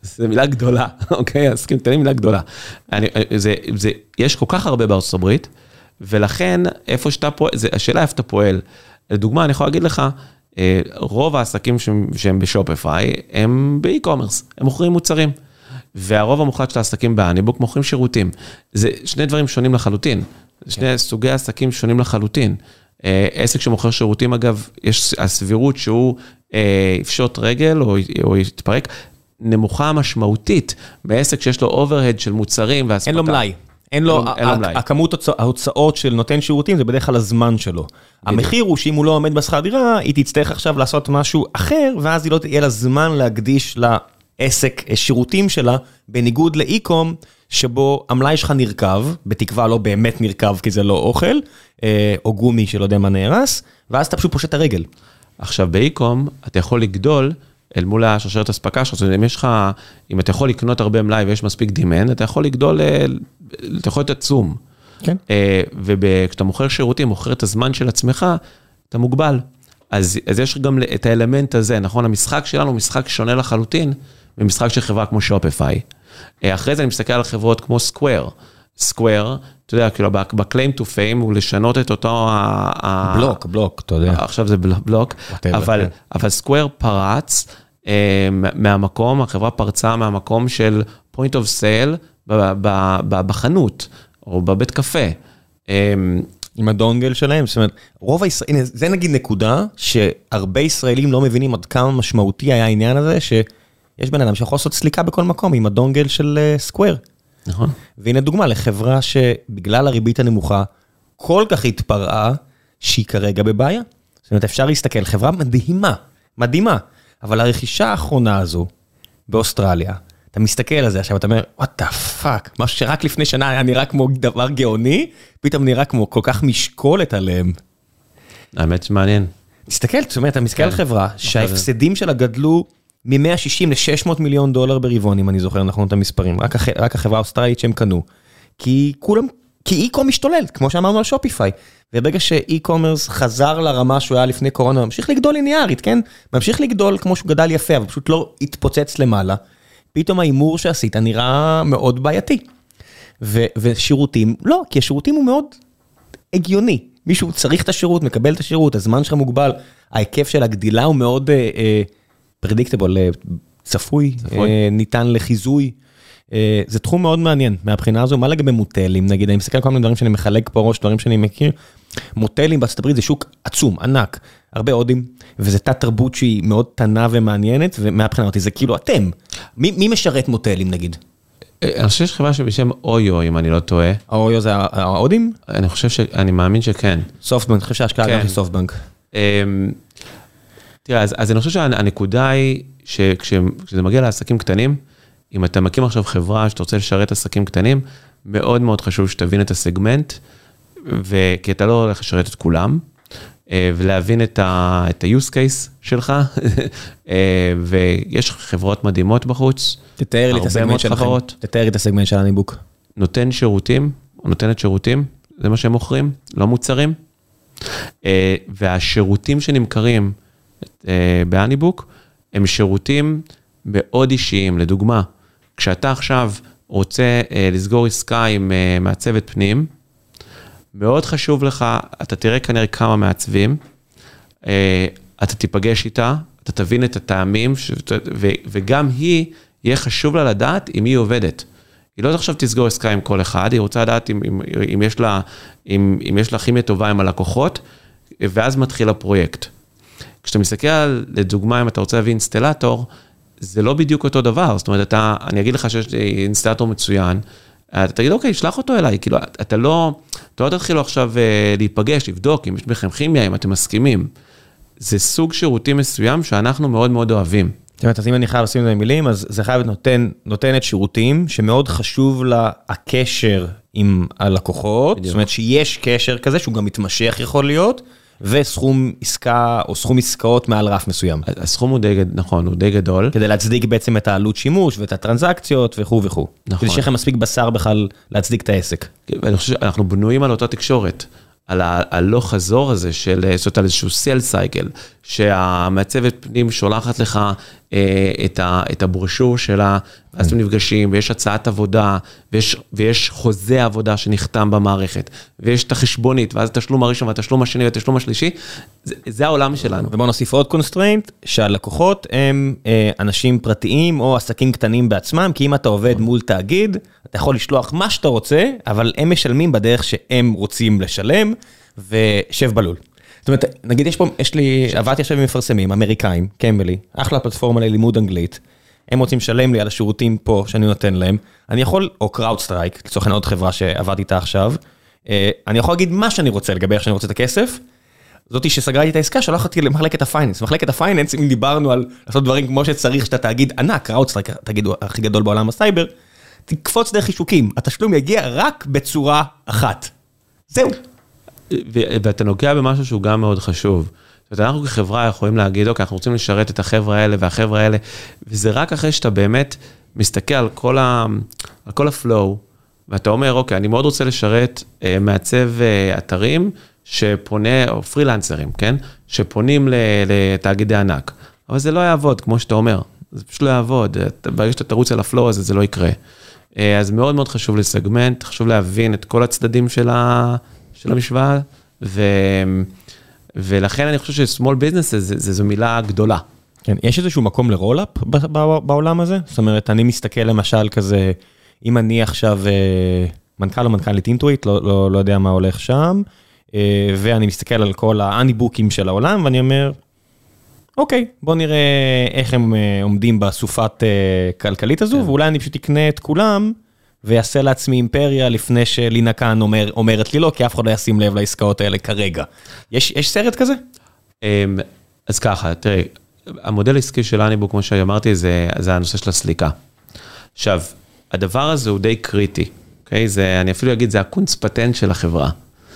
זה מילה גדולה, אוקיי? עסקים קטנים מילה גדולה. אני, זה, זה, יש כל כך הרבה בארצות הברית, ולכן איפה שאתה פועל, זה, השאלה איפה אתה פועל. לדוגמה, אני יכול להגיד לך, רוב העסקים שהם, שהם בשופיפיי, הם באי-קומרס, הם מוכרים מוצרים. והרוב המוחלט של העסקים בהניבוק מוכרים שירותים. זה שני דברים שונים לחלוטין. שני סוגי עסקים שונים לחלוטין. עסק שמוכר שירותים, אגב, יש הסבירות שהוא יפשוט רגל או, או יתפרק, נמוכה משמעותית, בעסק שיש לו אוברהד של מוצרים והספקה. אין לו מלאי. אין לו, הכמות ההוצאות של נותן שירותים זה בדרך כלל הזמן שלו. המחיר הוא שאם הוא לא עומד בשכר דירה, היא תצטרך עכשיו לעשות משהו אחר, ואז היא לא תהיה לה זמן להקדיש לעסק שירותים שלה, בניגוד לאי-קום, שבו המלאי שלך נרכב, בתקווה לא באמת נרכב כי זה לא אוכל, או גומי שלא יודע מה נהרס, ואז אתה פשוט פושט את הרגל. עכשיו באי-קום, אתה יכול לגדול, אל מול השרשרת הספקה שלך, אם יש לך, אם אתה יכול לקנות הרבה מלאי ויש מספיק דימן, אתה יכול לגדול, אתה יכול להיות עצום. כן. וכשאתה מוכר שירותים, מוכר את הזמן של עצמך, אתה מוגבל. אז, אז יש גם את האלמנט הזה, נכון? המשחק שלנו הוא משחק שונה לחלוטין, ממשחק של חברה כמו שופיפיי. אחרי זה אני מסתכל על חברות כמו סקוואר. סקוואר, אתה יודע, כאילו, ב-claim to fame הוא לשנות את אותו... בלוק, בלוק, אתה יודע. עכשיו זה בלוק, אבל, אבל סקוואר פרץ מהמקום, החברה פרצה מהמקום של point of sale בחנות, או בבית קפה. עם הדונגל שלהם, זאת אומרת, רוב הישראלים, זה נגיד נקודה, שהרבה ישראלים לא מבינים עד כמה משמעותי היה העניין הזה, שיש בן אדם שיכול לעשות סליקה בכל מקום, עם הדונגל של סקוואר. נכון. והנה דוגמה לחברה שבגלל הריבית הנמוכה, כל כך התפרעה, שהיא כרגע בבעיה. זאת אומרת, אפשר להסתכל, חברה מדהימה, מדהימה, אבל הרכישה האחרונה הזו, באוסטרליה, אתה מסתכל על זה עכשיו, אתה אומר, what the fuck, משהו שרק לפני שנה היה נראה כמו דבר גאוני, פתאום נראה כמו כל כך משקולת עליהם. האמת שמעניין. תסתכל, זאת אומרת, אתה מסתכל על חברה, שההפסדים שלה גדלו, מ-מאה ושישים ל-שש מאות מיליון דולר ברבעון, אם אני זוכר נכון את המספרים, רק, הח... רק החברה האוסטרלית שהם קנו, כי כולם, כי אי-קום משתולל, כמו שאמרנו על שופיפיי, וברגע שאי-קומרס חזר לרמה שהוא היה לפני קורונה, ממשיך לגדול ליניארית, כן? ממשיך לגדול כמו שהוא גדל יפה, אבל פשוט לא התפוצץ למעלה, פתאום האימור שעשית נראה מאוד בעייתי, ו... ושירותים, לא, כי השירותים הוא מאוד הגיוני, מישהו צריך את השירות, מקבל את השירות, הזמן שלך מוגבל, ההיקף של הגדילה הוא מאוד... אה, אה, פרדיקטבול, צפוי, ניתן לחיזוי. זה תחום מאוד מעניין מהבחינה הזו. מה לגבי מוטלים? נגיד, אני מסתכל על כל מיני דברים שאני מחלק פה ראש, דברים שאני מכיר. מוטלים בארצות הברית זה שוק עצום, ענק, הרבה הודים, וזה תת תרבות שהיא מאוד תנה ומעניינת, ומהבחינה אותי זה כאילו אתם. מי, מי משרת מוטלים נגיד? אני חושב שיש חברה שבשם אויו, אם אני לא טועה. האויו זה ההודים? אני חושב ש... אני מאמין שכן. סופטבנק, אני חושב שההשקעה גם היא סופטבנק. תראה, אז, אז אני חושב שהנקודה היא שכשזה מגיע לעסקים קטנים, אם אתה מקים עכשיו חברה שאתה רוצה לשרת עסקים קטנים, מאוד מאוד חשוב שתבין את הסגמנט, כי אתה לא הולך לשרת את כולם, ולהבין את ה, את ה-use case שלך, ויש חברות מדהימות בחוץ, תתאר לי את הסגמנט שלכם, תתאר את הסגמנט של הניבוק. נותן שירותים, או נותנת שירותים, זה מה שהם מוכרים, לא מוצרים, והשירותים שנמכרים, בהניבוק, הם שירותים מאוד אישיים. לדוגמה, כשאתה עכשיו רוצה לסגור עסקה עם מעצבת פנים, מאוד חשוב לך, אתה תראה כנראה כמה מעצבים, אתה תיפגש איתה, אתה תבין את הטעמים, וגם היא, יהיה חשוב לה לדעת אם היא עובדת. היא לא עכשיו תסגור עסקה עם כל אחד, היא רוצה לדעת אם, אם, אם יש לה, אם, אם יש לה כימיה טובה עם הלקוחות, ואז מתחיל הפרויקט. כשאתה מסתכל על, לדוגמה, אם אתה רוצה להביא אינסטלטור, זה לא בדיוק אותו דבר. זאת אומרת, אתה, אני אגיד לך שיש לי אינסטלטור מצוין, אתה תגיד, אוקיי, שלח אותו אליי. כאילו, אתה לא, אתה לא תתחילו עכשיו להיפגש, לבדוק, אם יש בכם כימיה, אם אתם מסכימים. זה סוג שירותים מסוים שאנחנו מאוד מאוד אוהבים. זאת אומרת, אז אם אני חייב לשים את המילים, אז זה חייב נותן, נותנת שירותים, שמאוד חשוב לה הקשר עם הלקוחות. זאת אומרת, שיש קשר כזה, שהוא גם מתמשך יכול להיות, וסכום עסקה, או סכום עסקאות מעל רף מסוים. הסכום הוא די, נכון, הוא די גדול. כדי להצדיק בעצם את העלות שימוש, ואת הטרנזקציות, וכו' וכו'. נכון. כדי שיהיה לכם מספיק בשר בכלל להצדיק את העסק. ואני חושב שאנחנו בנויים על אותה תקשורת. על הלוך חזור הזה של לעשות על איזשהו סל סייקל, שהמעצבת פנים שולחת לך את, ה, את הברושור שלה, ואז אתם נפגשים, ויש הצעת עבודה, ויש, ויש חוזה עבודה שנחתם במערכת, ויש את החשבונית, ואז התשלום הראשון, והתשלום השני, והתשלום השלישי, זה, זה העולם שלנו. ובואו נוסיף עוד קונסטריינט, שהלקוחות הם אה, אנשים פרטיים, או עסקים קטנים בעצמם, כי אם אתה עובד מול תאגיד, אתה יכול לשלוח מה שאתה רוצה, אבל הם משלמים בדרך שהם רוצים לשלם, ושב בלול. זאת אומרת, נגיד יש פה, יש לי, עבדתי עכשיו עם מפרסמים, אמריקאים, קמבלי, אחלה פלטפורמה ללימוד אנגלית, הם רוצים לשלם לי על השירותים פה שאני נותן להם, אני יכול, או קראודסטרייק, לצורך עוד חברה שעבדתי איתה עכשיו, אני יכול להגיד מה שאני רוצה לגבי איך שאני רוצה את הכסף, זאתי שסגרתי את העסקה, שלחתי למחלקת הפייננס, מחלקת הפייננס, אם דיברנו על לעשות דברים כמו שצריך, שאתה תאגיד ענק, קראודסטרייק, תגיד הכי גדול בעולם הסייבר, תקפוץ דרך חישוקים, התשלום יגיע רק בצורה אחת. זהו. ואתה נוגע במשהו שהוא גם מאוד חשוב. זאת אומרת, אנחנו כחברה יכולים להגיד, אוקיי, אנחנו רוצים לשרת את החבר'ה האלה והחבר'ה האלה, וזה רק אחרי שאתה באמת מסתכל על כל ה, על כל הפלואו, ואתה אומר, אוקיי, אני מאוד רוצה לשרת מעצב אתרים שפונה, או פרילנסרים, כן? שפונים לתאגידי ענק. אבל זה לא יעבוד, כמו שאתה אומר. זה פשוט לא יעבוד. ברגע שאתה תרוץ על הפלואו הזה, זה לא יקרה. אז מאוד מאוד חשוב לסגמנט, חשוב להבין את כל הצדדים של ה... של המשוואה, ו... ולכן אני חושב ש-small business זה, זו מילה גדולה. כן, יש איזשהו מקום לרול-אפ בעולם הזה? זאת אומרת, אני מסתכל למשל כזה, אם אני עכשיו מנכ"ל או מנכ"לית אינטואיט, לא, לא, לא יודע מה הולך שם, ואני מסתכל על כל האני-בוקים של העולם, ואני אומר, אוקיי, בוא נראה איך הם עומדים בסופת כלכלית הזו, כן. ואולי אני פשוט אקנה את כולם, ויעשה לעצמי אימפריה לפני שלינה כאן אומר, אומרת לי לא, כי אף אחד לא ישים לב לעסקאות האלה כרגע. יש, יש סרט כזה? אז ככה, תראי, המודל העסקי של אניבוק, כמו שאמרתי, זה, זה הנושא של הסליקה. עכשיו, הדבר הזה הוא די קריטי, אוקיי? זה, אני אפילו אגיד, זה הקונץ פטנט של החברה.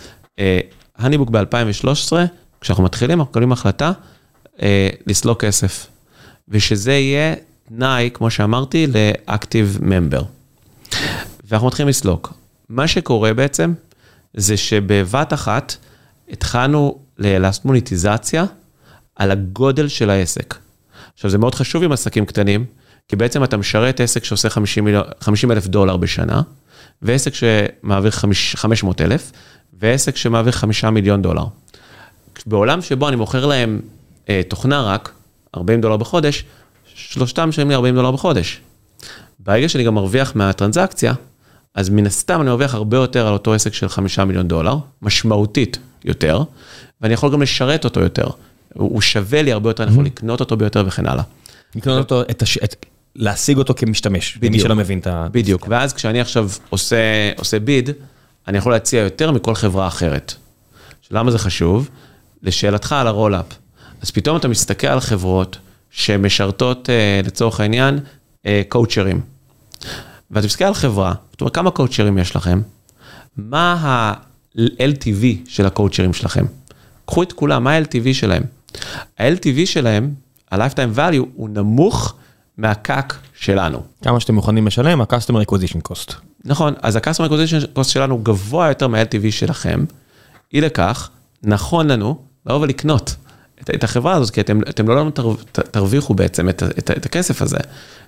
אניבוק ב-אלפיים ושלוש עשרה, כשאנחנו מתחילים, אנחנו קבלים החלטה, לסלוק כסף. ושזה יהיה תנאי, כמו שאמרתי, ל-Active Member. ואנחנו מתחילים לסלוק. מה שקורה בעצם, זה שבבת אחת, התחלנו לעשות מוניטיזציה, על הגודל של העסק. עכשיו, זה מאוד חשוב עם עסקים קטנים, כי בעצם אתה משרת עסק שעושה חמישים אלף דולר בשנה, ועסק שמעביר חמש מאות אלף, ועסק שמעביר חמישה מיליון דולר. בעולם שבו אני מוכר להם אה, תוכנה רק, ארבעים דולר בחודש, שלושתם משלמים לי ארבעים דולר בחודש. ברגע שאני גם מרוויח מהטרנזקציה, אז מן הסתם אני מרוויח הרבה יותר על אותו עסק של חמישה מיליון דולר, משמעותית יותר, ואני יכול גם לשרת אותו יותר. הוא שווה לי הרבה יותר, אני יכול לקנות אותו ביותר וכן הלאה. לקנות אותו, את הש... את... להשיג אותו כמשתמש, במי שלא מבין את ה... בדיוק, ואז כשאני עכשיו עושה, עושה ביד, אני יכול להציע יותר מכל חברה אחרת. למה זה חשוב? לשאלתך על הרול-אפ. אז פתאום אתה מסתכל על חברות שמשרתות, לצורך העניין, קואוצ'רים. ואתה מסתכל על חברה, זאת אומרת, כמה קואוצ'רים יש לכם? מה ה-אל טי וי של הקואוצ'רים שלכם? קחו את כולם, מה ה-אל טי וי שלהם? ה-אל טי וי שלהם, ה-Lifetime Value, הוא נמוך מהקאק שלנו. כמה שאתם מוכנים לשלם, ה-Customer Acquisition Cost. נכון, אז ה-Customer Acquisition Cost שלנו גבוה יותר מה-אל טי וי שלכם, אי לכך, נכון לנו, לבוא ולקנות את, את החברה הזאת, כי אתם, אתם לא לנו תרוויחו בעצם את, את, את הכסף הזה.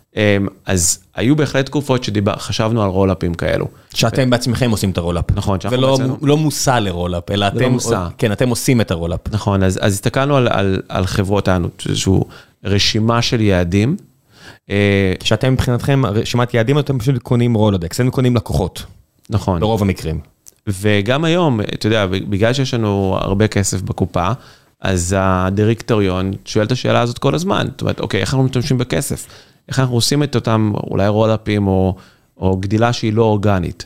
אז היו בהחלט תקופות שחשבנו על רול-אפים כאלו. שאתם בעצמכם עושים את הרול-אפ. נכון. ולא לא מוסע לרול-אפ, אלא אתם, כן, אתם עושים את הרול-אפ. נכון, אז, אז הסתכלנו על, על, על חברות הענות, איזושהי רשימה של יעדים. שאתם מבחינתכם, רשימת יעדים, אתם פשוט קונים רולודקס, אתם קונים לקוחות. נכון. ברוב המקרים. וגם היום, אתה יודע, בגלל שיש לנו הרבה כסף בקופה, אז הדירקטוריון שואל את השאלה הזאת כל הזמן. זאת אומרת, אוקיי, איך אנחנו משתמשים בכסף? איך אנחנו עושים את אותם, אולי רול-אפים, או, או גדילה שהיא לא אורגנית.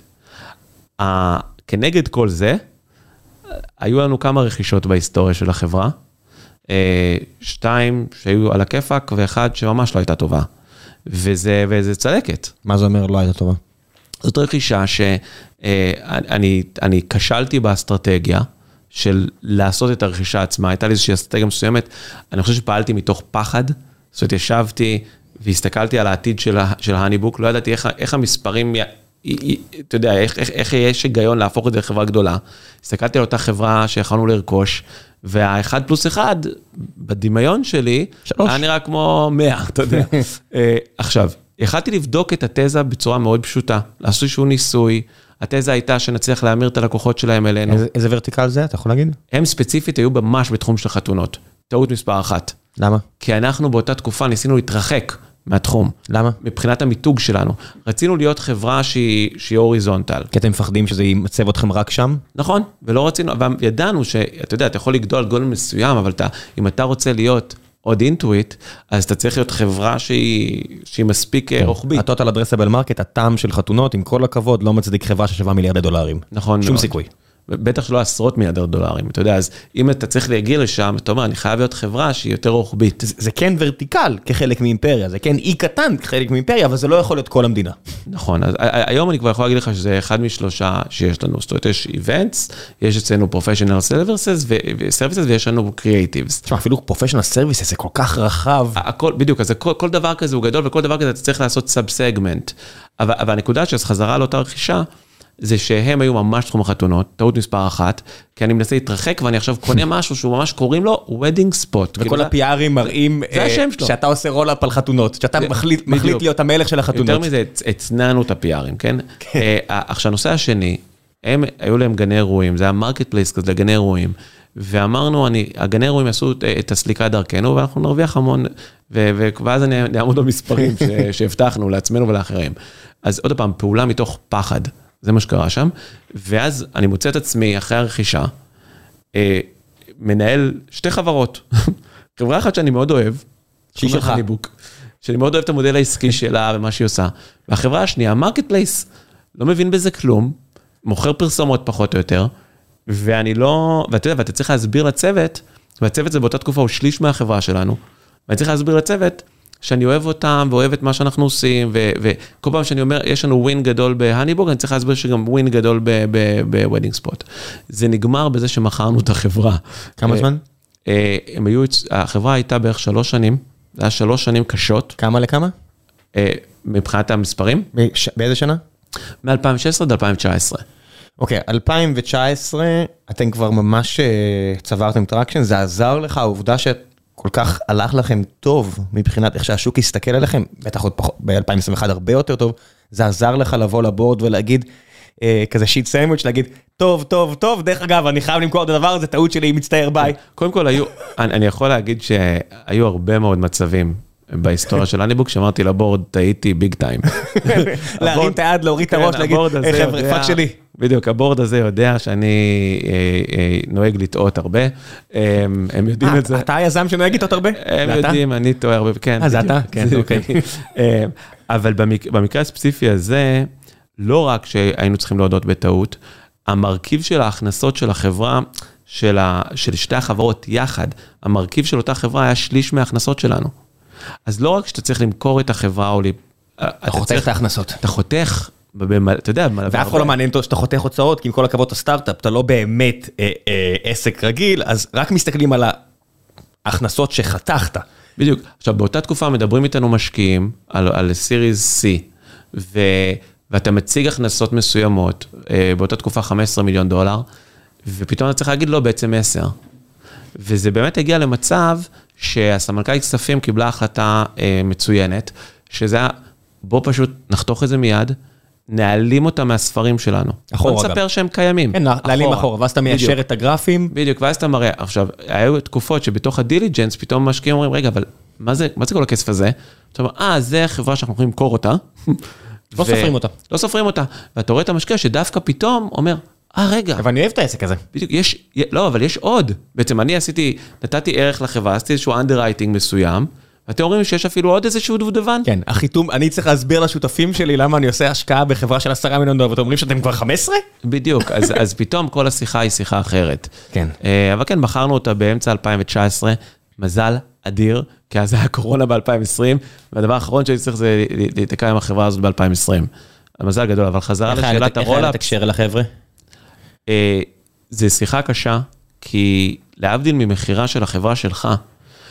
כנגד כל זה, היו לנו כמה רכישות בהיסטוריה של החברה, שתיים שהיו על הכיפק, ואחד שממש לא הייתה טובה. וזה, וזה צלקת. מה זה אומר לא הייתה טובה? זאת רכישה שאני, אני כשלתי באסטרטגיה, של לעשות את הרכישה עצמה, הייתה לי איזושהי אסטרטגיה מסוימת, אני חושב שפעלתי מתוך פחד, זאת אומרת, ישבתי והסתכלתי על העתיד של, של הניבוק, לא ידעתי איך, איך המספרים אתה יודע, איך, איך, איך יש היגיון להפוך את זה לחברה גדולה. הסתכלתי על אותה חברה שיכולנו לרכוש, והאחד פלוס אחד, בדמיון שלי, שלוש. היה נראה כמו מאה, אתה יודע. עכשיו, יכלתי לבדוק את התזה בצורה מאוד פשוטה, לעשות איזשהו ניסוי, התזה הייתה שנצליח להמיר את הלקוחות שלהם אלינו. איזה, איזה ורטיקל זה, אתה יכול להגיד? הם ספציפית היו ממש בתחום של חתונות. טעות מספר אחת. למה? כי אנחנו באותה תקופה ניסינו להתרחק מהתחום. למה? מבחינת המיתוג שלנו. רצינו להיות חברה שהיא, שהיא אוריזונטל. כי אתם מפחדים שזה ימצב אתכם רק שם? נכון, ולא רצינו, אבל ידענו שאתה יודע, אתה יכול לגדול גודל מסוים, אבל אתה, אם אתה רוצה להיות עוד אינטואיט, אז אתה צריך להיות חברה שהיא, שהיא מספיק רוחבית. ה-Total Addressable Market, הטעם של חתונות, עם כל הכבוד, לא מצדיק חברה ששווה מיליארדי דולרים. נכון. שום סיכוי. בטח שלא עשרות מיליארדי דולרים, אתה יודע, אז אם אתה צריך להגיע לשם, אתה אומר, אני חייב להיות חברה שהיא יותר רוחבית. זה, זה כן ורטיקל כחלק מאימפריה, זה כן אי קטן כחלק מאימפריה, אבל זה לא יכול להיות כל המדינה. נכון, אז היום אני כבר יכול להגיד לך שזה אחד משלושה שיש לנו, זאת אומרת, יש events, יש אצלנו professional services, ו-services, ויש לנו creatives. תשמע, אפילו professional services זה כל כך רחב. הכל, בדיוק, אז כל, כל דבר כזה הוא גדול, וכל דבר כזה אתה צריך לעשות סאב-סגמנט. אבל, אבל הנקודה שאז חזרה לאותה רכישה, זה שהם היו ממש תחום החתונות, טעות מספר אחת, כי אני מנסה להתרחק ואני עכשיו קונה משהו שהוא ממש קוראים לו wedding spot. וכל ה-פי ארים מראים שאתה עושה רול-אפ על חתונות, שאתה מחליט להיות המלך של החתונות. יותר מזה, הצנענו את ה-פי ארים, כן? עכשיו, הנושא השני, הם היו להם גני אירועים, זה היה מרקט פלייס כזה לגני אירועים, ואמרנו, הגני אירועים יעשו את הסליקה דרכנו, ואנחנו נרוויח המון, ואז אני אעמוד במספרים שהבטחנו לעצמנו ולאחרים. אז עוד פעם, פעולה מתוך פחד. זה מה שקרה שם, ואז אני מוצא את עצמי אחרי הרכישה, אה, מנהל שתי חברות, חברה אחת שאני מאוד אוהב, שהיא שלך, שאני מאוד אוהב את המודל העסקי שלה ומה שהיא עושה, והחברה השנייה, מרקט פלייס, לא מבין בזה כלום, מוכר פרסומות פחות או יותר, ואני לא, ואתה יודע, ואתה צריך להסביר לצוות, והצוות זה באותה תקופה הוא שליש מהחברה שלנו, ואני צריך להסביר לצוות, שאני אוהב אותם, ואוהב את מה שאנחנו עושים, וכל פעם שאני אומר, יש לנו ווין גדול בהניבורג, אני צריך להסביר שגם ווין גדול בוודינג ספוט. זה נגמר בזה שמכרנו את החברה. כמה זמן? הם היו, החברה הייתה בערך שלוש שנים, זה היה שלוש שנים קשות. כמה לכמה? מבחינת המספרים. באיזה שנה? מ-אלפיים ושש עשרה עד אלפיים תשע עשרה. אוקיי, אלפיים תשע עשרה, אתם כבר ממש צברתם טרקשן, זה עזר לך, העובדה שאת כל כך הלך לכם טוב, מבחינת איך שהשוק יסתכל עליכם, בטח עוד פחות, ב-אלפיים עשרים ואחת הרבה יותר טוב, זה עזר לך לבוא לבורד ולהגיד, אה, כזה שיט סנדוויץ', להגיד, טוב, טוב, טוב, דרך אגב, אני חייב למכור את הדבר הזה, טעות שלי, מצטער, ביי. קודם כל, היו, אני, אני יכול להגיד שהיו הרבה מאוד מצבים, בהיסטוריה של הניבוק, שאמרתי לבורד, טעיתי ביג טיים. להרים את היד, להוריד את הראש, להגיד, חבר'ה, פאק שלי. בדיוק, הבורד הזה יודע שאני נוהג לטעות הרבה, הם יודעים את זה. אתה היזם שנוהג לטעות הרבה? הם יודעים, אני טועה הרבה, כן. אה, זה אתה? כן, אוקיי. אבל במקרה הספציפי הזה, לא רק שהיינו צריכים להודות בטעות, המרכיב של ההכנסות של החברה, של שתי החברות יחד, המרכיב של אותה חברה היה שליש מההכנסות שלנו. אז לא רק שאתה צריך למכור את החברה, או אתה חותך את ההכנסות. אתה חותך, אתה יודע, ואף אחד לא מעניין אותו שאתה חותך הוצאות, כי עם כל הכבוד הסטארט-אפ, אתה לא באמת עסק רגיל, אז רק מסתכלים על ההכנסות שחתכת. בדיוק. עכשיו, באותה תקופה מדברים איתנו משקיעים על סיריז C, ואתה מציג הכנסות מסוימות, באותה תקופה חמישה עשר מיליון דולר, ופתאום אתה צריך להגיד לו בעצם עשר. וזה באמת הגיע למצב שהסמנכ"לית כספים קיבלה החלטה מצוינת, שזה היה, בוא פשוט נחתוך את זה מיד, נעלים אותה מהספרים שלנו. אחורה גם. בוא נספר שהם קיימים. כן, נעלים אחורה, ואז אתה מיישר את הגרפים. בדיוק, ואז אתה מראה. עכשיו, היו תקופות שבתוך הדיליג'נס, פתאום משקיעים אומרים, רגע, אבל מה זה, מה זה כל הכסף הזה? אתה אומר, אה, זה חברה שאנחנו יכולים למכור אותה. לא סופרים אותה. לא סופרים אותה. ואתה רואה את המשקיע שדווקא פתאום אומר, אה, רגע. אבל אני אוהב את העסק הזה. בדיוק, יש, לא, אבל יש עוד. בעצם אני עשיתי, נתתי ערך לחברה, עשיתי איזשהו underwriting מסוים, ואתם אומרים שיש אפילו עוד איזשהו דובדבן? כן, החיתום, אני צריך להסביר לשותפים שלי למה אני עושה השקעה בחברה של עשרה מיליון דולר, ואתם אומרים שאתם כבר חמש עשרה? בדיוק, אז, אז פתאום כל השיחה היא שיחה אחרת. כן. אבל כן, בחרנו אותה באמצע אלפיים תשע עשרה, מזל אדיר, כי אז היה קורונה ב-אלפיים עשרים, והדבר האחרון שאני צריך זה להתקע עם החברה הזאת ב-אלפיים עשרים. המזל גדול, אבל חזרה לשאלת הרולאפ. איך היה לתקשר לחבר'ה? זה שיחה קשה, כי להבדיל ממחירה של החברה שלך,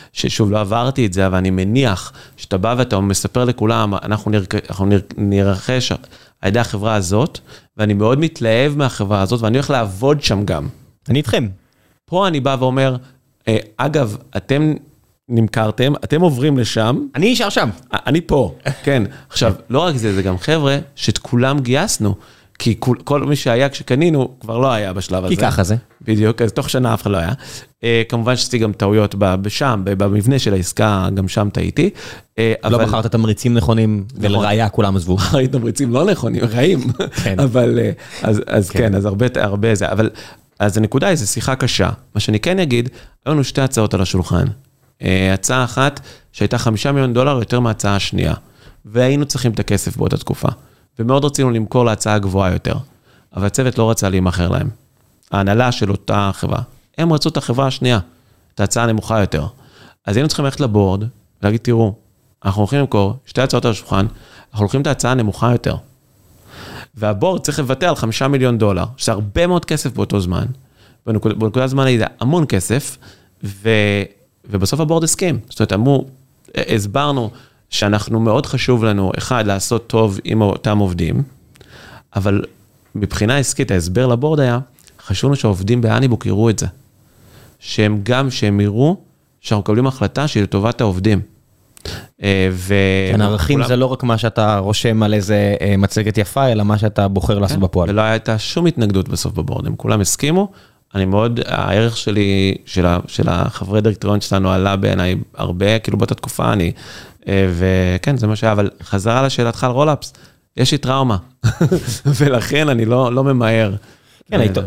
ששוב לא עברתי את זה, אבל אני מניח שאתה בא ואתה מספר לכולם, אנחנו, נרכ... אנחנו נרכש על ידי החברה הזאת, ואני מאוד מתלהב מהחברה הזאת, ואני הולך לעבוד שם גם. אני איתכם. פה אני בא ואומר, אגב, אתם נמכרתם, אתם עוברים לשם. אני נשאר שם. אני פה, כן. עכשיו, לא רק זה, זה גם חבר'ה שאת כולם גייסנו, כי כל, כל מי שהיה כשקנינו, כבר לא היה בשלב הזה. כי ככה זה. בדיוק, אז תוך שנה אף אחד לא היה. כמובן שצריך גם טעויות בשם, במבנה של העסקה, גם שם טעיתי. לא בחרת תמריצים נכונים, ולראיה כולם עזבו. ראית תמריצים לא נכונים, רעים. אבל, אז כן, אז הרבה זה. אבל, אז הנקודה היא, זו שיחה קשה. מה שאני כן אגיד, היו לנו שתי הצעות על השולחן. הצעה אחת, שהייתה חמישה מיליון דולר יותר מההצעה השנייה. והיינו צריכים את הכסף באותה תקופה. ומאוד רצינו למכור להצעה הגבוהה יותר. אבל הצוות לא רצה להימחר להם. ההנהלה של אותה חברה. הם רצו את החברה השנייה, את ההצעה הנמוכה יותר. אז היינו צריכים ללכת לבורד, ולהגיד, תראו, אנחנו הולכים למכור שתי הצעות על השולחן, אנחנו הולכים את ההצעה הנמוכה יותר. והבורד צריך לבטא על חמישה מיליון דולר, שזה הרבה מאוד כסף באותו זמן. בנקודת זמן היה המון כסף, ו... ובסוף הבורד הסכים. זאת אומרת, אמרו, הסברנו שאנחנו מאוד חשוב לנו, אחד, לעשות טוב עם אותם עובדים, אבל מבחינה עסקית, ההסבר לבורד היה, חשוב לנו שהעובדים בהניבוק יראו את זה. שהם גם, שהם יראו, שאנחנו מקבלים החלטה שהיא לטובת העובדים. ו... כן, ערכים זה לא רק מה שאתה רושם על איזה מצגת יפה, אלא מה שאתה בוחר לעשות בפועל. ולא הייתה שום התנגדות בסוף בבורד, הם כולם הסכימו, אני מאוד, הערך שלי, של החברי דירקטוריון שלנו עלה בעיניי הרבה, כאילו באותה תקופה אני, וכן, זה מה שהיה, אבל חזרה לשאלתך על רולאפס, יש לי טראומה, ולכן אני לא ממהר. כן, היית...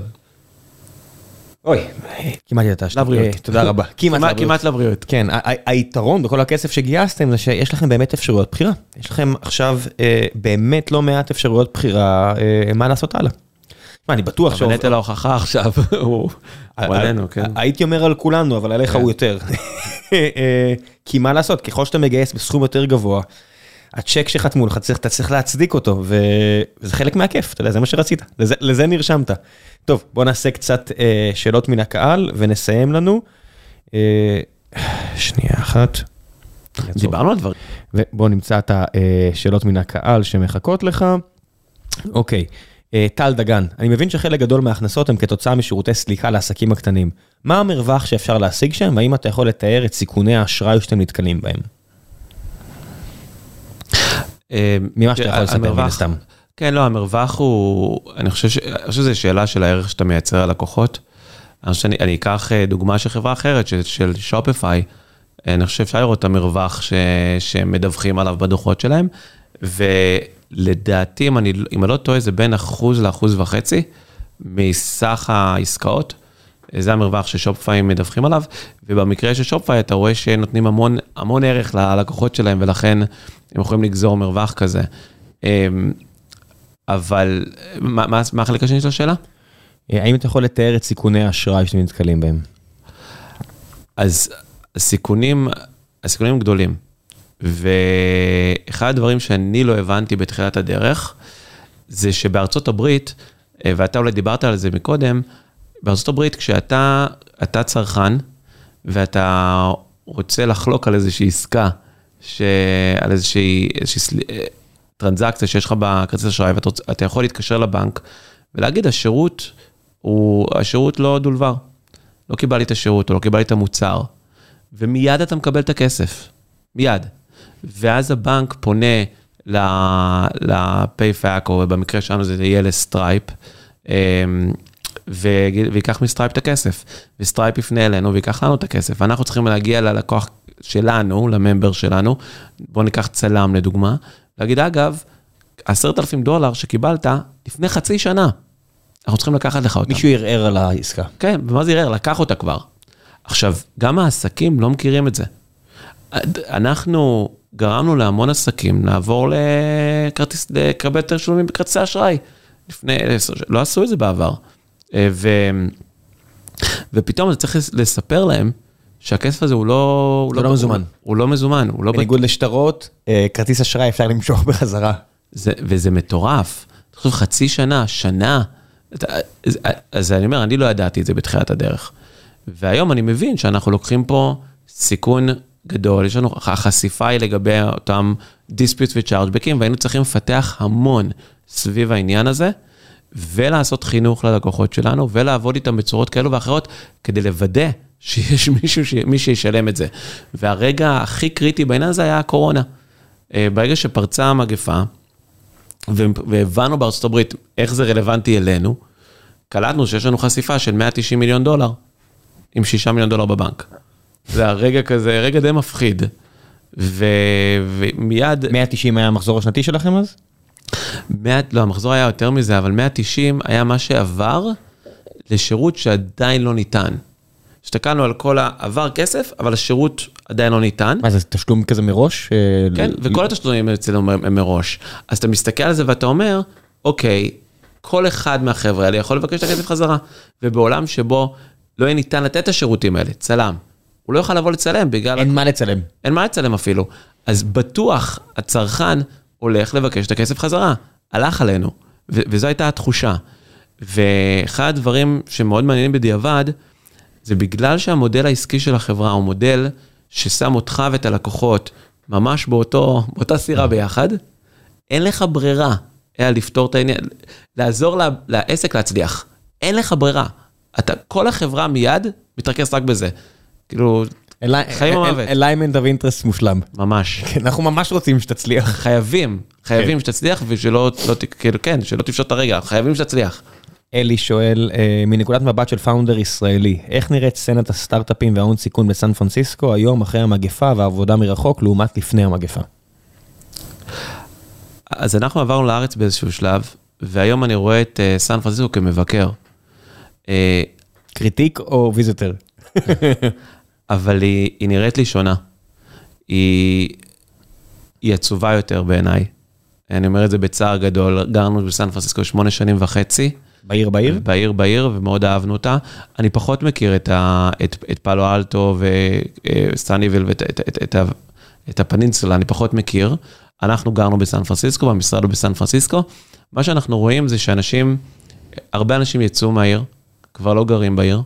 אוי, כמעט ידעת. לבריאות. תודה רבה. כמעט לבריאות. כן, היתרון בכל הכסף שגייסתם זה שיש לכם באמת אפשרויות בחירה. יש לכם עכשיו באמת לא מעט אפשרויות בחירה, מה לעשות הלאה. אני בטוח אבל נטל ההוכחה עכשיו הוא עלינו, כן. הייתי אומר על כולנו, אבל עליך הוא יותר. כי מה לעשות, ככל שאתה מגייס בסכום יותר גבוה, הצ'ק שחתמו לך, אתה צריך להצדיק אותו, וזה חלק מהכיף, אתה יודע, זה מה שרצית, לזה נרשמת. טוב, בוא נעשה קצת שאלות מן הקהל, ונסיים לנו. שנייה אחת. דיברנו על דברים. ובוא נמצא את השאלות מן הקהל שמחכות לך. אוקיי. טל דגן, אני מבין שחלק גדול מההכנסות הם כתוצאה משירותי סליקה לעסקים הקטנים. מה המרווח שאפשר להשיג שם, והאם אתה יכול לתאר את סיכוני האשראי שאתם נתקלים בהם? ממה שאתה יכול לספר מן הסתם. כן, לא, המרווח הוא, אני חושב שזו שאלה של הערך שאתה מייצר על לקוחות. אני אקח דוגמה של חברה אחרת, של שופיפיי, אני חושב שאפשר לראות את המרווח שמדווחים עליו בדוחות שלהם, ולדעתי, אם אני לא טועה, זה בין אחוז לאחוז וחצי, מסך העסקאות, זה המרווח ששופיפיי מדווחים עליו, ובמקרה של שופיפיי אתה רואה שנותנים המון, המון ערך ללקוחות שלהם, ולכן הם יכולים לגזור מרווח כזה. אבל מה, מה החלק השני של השאלה? האם אתה יכול לתאר את סיכוני האשראי שאתם נתקלים בהם? אז הסיכונים, הסיכונים גדולים. ואחד הדברים שאני לא הבנתי בתחילת הדרך, זה שבארצות הברית, ואתה אולי דיברת על זה מקודם, בארצות הברית כשאתה אתה צרכן, ואתה רוצה לחלוק על איזושהי עסקה, על איזושהי, איזושהי טרנזקציה שיש לך בכרטיס אשראי, ואתה יכול להתקשר לבנק, ולהגיד, השירות, הוא, השירות לא דולבר. לא קיבל את השירות, או לא קיבל את המוצר. ומיד אתה מקבל את הכסף. מיד. ואז הבנק פונה ל-PayFac, או במקרה שלנו זה יהיה לסטרייפ, ויקח מסטרייפ את הכסף. וסטרייפ יפנה אלינו, ויקח לנו את הכסף. ואנחנו צריכים להגיע ללקוח שלנו, לממבר שלנו, בואו ניקח צלם לדוגמה, להגיד, אגב, עשרת אלפים דולר שקיבלת לפני חצי שנה, אנחנו צריכים לקחת לך אותם. מישהו ירער על העסקה. כן, ומה זה ירער? לקח אותה כבר. עכשיו, גם העסקים לא מכירים את זה. אנחנו גרמנו להמון עסקים לעבור לכרטיס, לקבל תשלומים בכרטיסי אשראי. לפני, לא עשו את זה בעבר. ו, ופתאום אתה צריך לספר להם, שהכסף הזה הוא לא... הוא לא מזומן. הוא לא מזומן. בניגוד לשטרות, כרטיס אשראי אפשר למשוך בחזרה. וזה מטורף. אתה חושב חצי שנה, שנה. אז אני אומר, אני לא ידעתי את זה בתחילת הדרך. והיום אני מבין שאנחנו לוקחים פה סיכון גדול, יש לנו, החשיפה היא לגבי אותם disputes ו-chargebacks, והיינו צריכים לפתח המון סביב העניין הזה, ולעשות חינוך ללקוחות שלנו, ולעבוד איתם בצורות כאלו ואחרות, כדי לוודא שיש מישהו, מי שישלם את זה. והרגע הכי קריטי בעניין הזה היה הקורונה. ברגע שפרצה המגפה, והבנו בארצות הברית איך זה רלוונטי אלינו, קלטנו שיש לנו חשיפה של מאה ותשעים מיליון דולר, עם שישה מיליון דולר בבנק. זה הרגע כזה, רגע די מפחיד. ו... ומיד... מאה ותשעים היה המחזור השנתי שלכם אז? מאה... לא, המחזור היה יותר מזה, אבל מאה ותשעים היה מה שעבר לשירות שעדיין לא ניתן. השתכלנו על כל העבר כסף, אבל השירות עדיין לא ניתן. מה זה, תשלום כזה מראש? כן, וכל התשלומים אצלנו הם מראש. אז אתה מסתכל על זה ואתה אומר, אוקיי, כל אחד מהחבר'ה האלה יכול לבקש את הכסף חזרה, ובעולם שבו לא יהיה ניתן לתת את השירותים האלה, צלם. הוא לא יוכל לבוא לצלם בגלל... אין מה לצלם. אין מה לצלם אפילו. אז בטוח הצרכן הולך לבקש את הכסף חזרה. הלך עלינו. ו- וזו הייתה התחושה. ואחד הדברים שמאוד מעניינים בדיעבד, זה בגלל שהמודל העסקי של החברה הוא מודל ששם אותך ואת הלקוחות ממש באותו, באותה סירה ביחד, אין לך ברירה היה לפתור את העניין, לעזור לה, לעסק להצליח. אין לך ברירה. אתה, כל החברה מיד מתרכז רק בזה. כאילו, חיים המוות. alignment of interest מושלם. ממש. אנחנו ממש רוצים שתצליח. חייבים, חייבים שתצליח, ושלא, כאילו, כן, שלא תפשוט את הרגע, חייבים שתצליח. אלי שואל, מנקודת מבט של פאונדר ישראלי, איך נראית סצנת הסטארט-אפים וההון סיכון בסן פרנסיסקו, היום אחרי המגפה והעבודה מרחוק, לעומת לפני המגפה? אז אנחנו עברנו לארץ באיזשהו שלב, והיום אני רואה את סן פרנסיסקו כמבקר. קריטיק או ויזיטר? אבל היא, היא נראית לי שונה. היא, היא עצובה יותר בעיניי. אני אומר את זה בצער גדול. גרנו בסן פרנסיסקו שמונה שנים וחצי. בעיר בעיר? בעיר בעיר, ומאוד אהבנו אותה. אני פחות מכיר את, ה, את, את פאלו אלטו וסטניביל ואת את, את, את, את הפנינסולה, אני פחות מכיר. אנחנו גרנו בסן פרנסיסקו, והמשרד הוא בסן פרנסיסקו. מה שאנחנו רואים זה שאנשים, הרבה אנשים יצאו מהעיר, כבר לא גרים בעיר.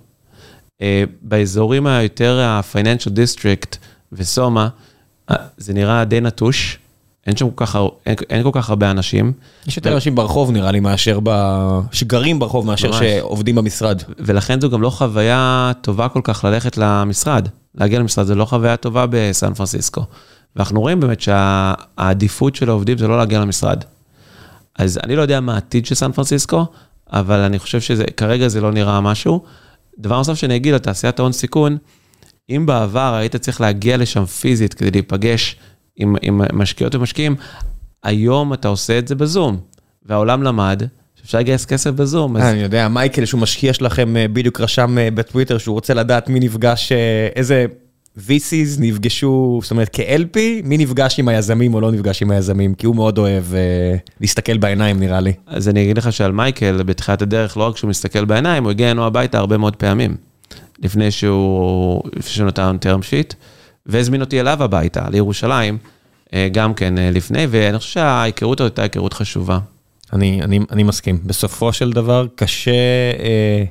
באזורים היותר ה-Financial District וסומה, זה נראה די נטוש, אין שם כל כך, אין, אין כל כך הרבה אנשים. יש יותר ו... אנשים ברחוב נראה לי, מאשר ב... שגרים ברחוב, מאשר ממש. שעובדים במשרד. ולכן זו גם לא חוויה טובה כל כך ללכת למשרד. להגיע למשרד זה לא חוויה טובה בסן פרנסיסקו. ואנחנו רואים באמת שהעדיפות של העובדים זה לא להגיע למשרד. אז אני לא יודע מה העתיד של סן פרנסיסקו, אבל אני חושב שכרגע זה לא נראה משהו. דבר נוסף שאני אגיד, לתעשיית ההון סיכון, אם בעבר היית צריך להגיע לשם פיזית כדי להיפגש עם, עם משקיעות ומשקיעים, היום אתה עושה את זה בזום, והעולם למד שאפשר לגייס כסף בזום. אז... אני יודע, מייקל שהוא משקיע שלכם בדיוק רשם בטוויטר, שהוא רוצה לדעת מי נפגש, איזה וי סי'ס נפגשו, זאת אומרת כ-אל פי, מי נפגש עם היזמים או לא נפגש עם היזמים, כי הוא מאוד אוהב להסתכל בעיניים נראה לי. אז אני אגיד לך שעל מייקל, בתחילת הדרך, לא רק שהוא מסתכל בעיניים, הוא הגיע לנו הביתה הרבה מאוד פעמים, לפני שהוא, לפני שהוא נתן טרם שיט, והזמין אותי אליו הביתה, לירושלים, גם כן לפני, ואני חושב שההיכרות הייתה היכרות חשובה. אני, אני, אני מסכים. בסופו של דבר, קשה אה,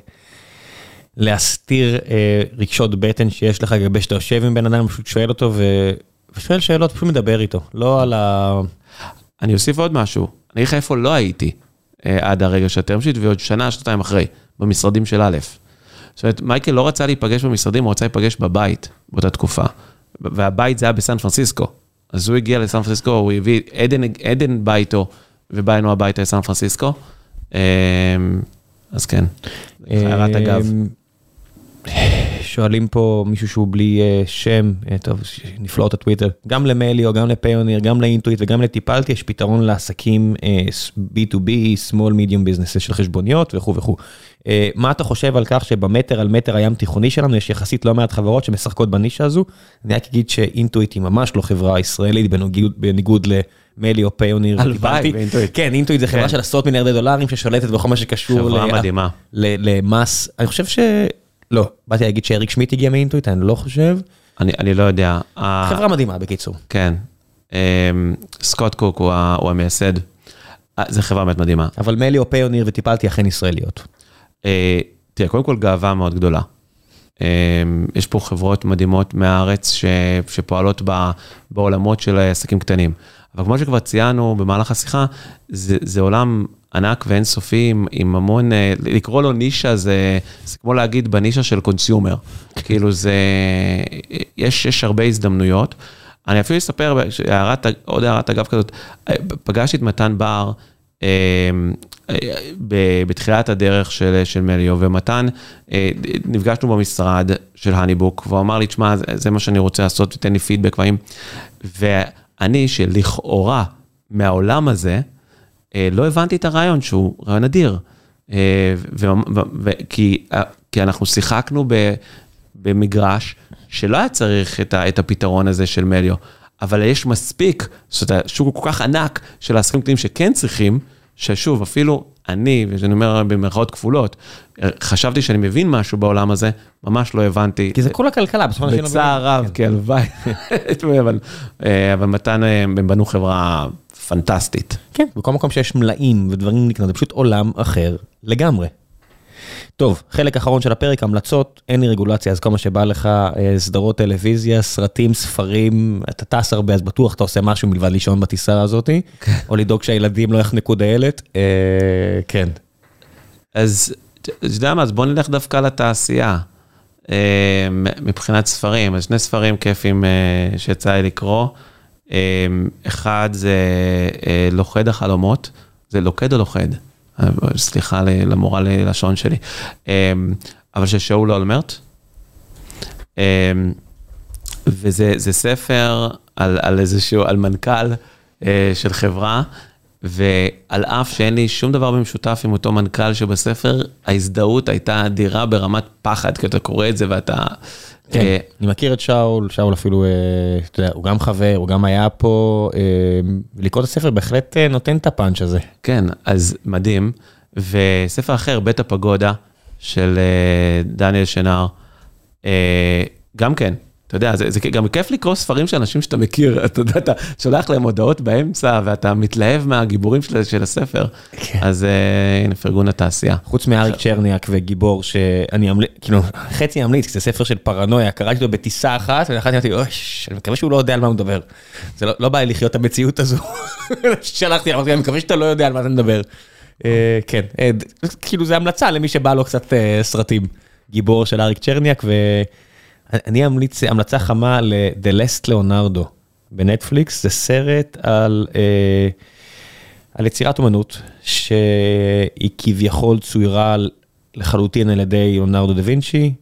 להסתיר אה, רגשות בטן שיש לך לגבי שאתה יושב עם בן אדם, פשוט שואל אותו, ו... ושואל שאלות, פשוט מדבר איתו, לא על ה... אני אוסיף עוד משהו. אני אגיד לך איפה לא הייתי אה, עד הרגע של הטרם שיט, ועוד שנה, שנתיים אחרי, במשרדים של א'. זאת אומרת, מייקל לא רצה להיפגש במשרדים, הוא רצה להיפגש בבית, באותה תקופה. והבית זה היה בסן פרנסיסקו. אז הוא הגיע לסן פרנסיסקו, הוא הביא עדן, עדן ביתו, ובאנו הביתה לסן פרנסיסקו. אז כן, חיירת אגב. שואלים פה מישהו שהוא בלי שם, טוב, נפלא את הטוויטר, גם למליו, גם לפיוניר, גם לאינטואיט וגם לטיפלתי, יש פתרון לעסקים בי טו בי, small medium businesses של חשבוניות וכו' וכו'. מה אתה חושב על כך שבמטר על מטר הים תיכוני שלנו, יש יחסית לא מעט חברות שמשחקות בנישה הזו? אני רק אגיד שאינטואיט היא ממש לא חברה ישראלית, בניגוד למליו, פיוניר וטיפלתי. כן, אינטואיט זה חברה של עשרות מיליארדי דולרים, ששולטת בכל מה שקשור חברה מדהימה. למס. אני חושב ש... לא, באתי להגיד שאריק שמיט הגיע מאינטואיט, אני לא חושב. אני, אני לא יודע. חברה מדהימה, בקיצור. כן. סקוט קוק הוא, הוא המייסד. זו חברה באמת מדהימה. אבל מליו, פיוניר וטיפלתי אכן ישראליות. תראה, קודם כל גאווה מאוד גדולה. יש פה חברות מדהימות מהארץ שפועלות בעולמות של עסקים קטנים. אבל כמו שכבר ציינו במהלך השיחה, זה, זה עולם ענק ואינסופי עם, עם המון, לקרוא לו נישה, זה, זה כמו להגיד בנישה של קונסיומר. כאילו זה, יש, יש הרבה הזדמנויות. אני אפילו אספר, הערת, עוד הערת אגב כזאת, פגשתי את מתן בר, בתחילת הדרך של, של מליו, ומתן, נפגשנו במשרד של הניבוק, והוא אמר לי, תשמע, זה, זה מה שאני רוצה לעשות, תתן לי פידבק, ואני, שלכאורה מהעולם הזה, לא הבנתי את הרעיון, שהוא רעיון אדיר, ו, ו, ו, כי, כי אנחנו שיחקנו ב, במגרש, שלא היה צריך את, ה, את הפתרון הזה של מליו, אבל יש מספיק, זאת אומרת, שוק כל כך ענק של העסקים קטנים שכן צריכים, ששוב, אפילו אני, ואני אומר במרכאות כפולות, חשבתי שאני מבין משהו בעולם הזה, ממש לא הבנתי. כי זה כל הכלכלה, בסופו של דבר. בצער רב, כי הלוואי. אבל מתן, הם בנו חברה פנטסטית. כן, בכל מקום שיש מלאים ודברים לקנות, זה פשוט עולם אחר לגמרי. טוב, חלק אחרון של הפרק, המלצות, אין לי רגולציה, אז כל מה שבא לך, סדרות טלוויזיה, סרטים, ספרים, אתה טס הרבה, אז בטוח אתה עושה משהו מלבד לישון בטיסה הזאת, או לדאוג שהילדים לא יחנקו דיילת, כן. אז, אתה יודע מה, אז בוא נלך דווקא לתעשייה, מבחינת ספרים, אז שני ספרים כיפים שיצא לי לקרוא, אחד זה לוכד החלומות, זה לוכד או לוכד? סליחה למורה ללשון שלי, אבל ששאול אולמרט, וזה ספר על, על איזשהו, על מנכ"ל של חברה, ועל אף שאין לי שום דבר במשותף עם אותו מנכ"ל שבספר, ההזדהות הייתה אדירה ברמת פחד, כי אתה קורא את זה ואתה... כן, אני מכיר את שאול, שאול אפילו, אתה יודע, הוא גם חבר, הוא גם היה פה, לקרוא את הספר בהחלט נותן את הפאנץ' הזה. כן, אז מדהים, וספר אחר, בית הפגודה, של דניאל שנר, גם כן, אתה יודע, זה, זה גם כיף לקרוא ספרים של אנשים שאתה מכיר, אתה יודע, אתה שולח להם הודעות באמצע, ואתה מתלהב מהגיבורים של, של הספר, כן. אז הנה, פרגון התעשייה. חוץ מאריק צ'רניאק וגיבור, שאני אמליץ, כאילו, חצי אמליץ, זה ספר של פרנויה, קראתי לו בטיסה אחת, ולאחת אמרתי, אוי, אני מקווה שהוא לא יודע על מה הוא מדבר. זה לא, לא בא לי לחיות את המציאות הזו. שלחתי, אני מקווה שאתה לא יודע על מה אתה מדבר. כן, כאילו, זה המלצה למי שבא לו קצת סרטים. גיבור של אריק צ'רניאק, ו... אני אמליץ, המלצה חמה ל-The Last Leonardo בנטפליקס, זה סרט על, אה, על יצירת אומנות, שהיא כביכול צוירה לחלוטין על ידי ליאונרדו דה וינצ'י,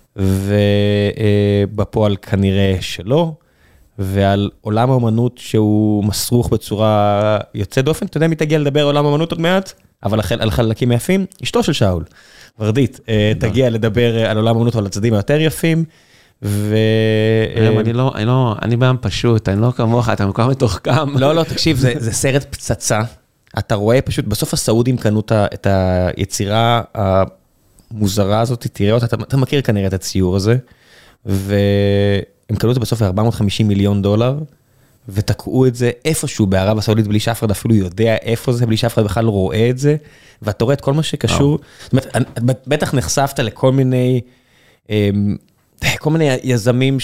ובפועל כנראה שלא, ועל עולם האומנות שהוא מסרוך בצורה יוצאת דופן, אתה יודע מי תגיע לדבר על עולם האומנות עוד מעט? אבל על חלקים יפים, אשתו של שאול, ורדית, תגיע לדבר על עולם האומנות ועל הצדדים היותר יפים, ו... אני לא, אני לא, אני בעם פשוט, אני לא כמוך, אתה מקום מתוחכם. לא, לא, תקשיב, זה, זה סרט פצצה. אתה רואה פשוט, בסוף הסעודים קנו את היצירה המוזרה הזאת, תראה אותה, אתה, אתה מכיר כנראה את הציור הזה, והם קנו את זה בסוף ל-ארבע מאות וחמישים מיליון דולר, ותקעו את זה איפשהו בערב הסעודית, בלי שאף אחד אפילו יודע איפה זה, בלי שאף אחד בכלל רואה את זה, ואתה רואה את כל מה שקשור, זאת אומרת, בטח נחשפת לכל מיני... כל מיני יזמים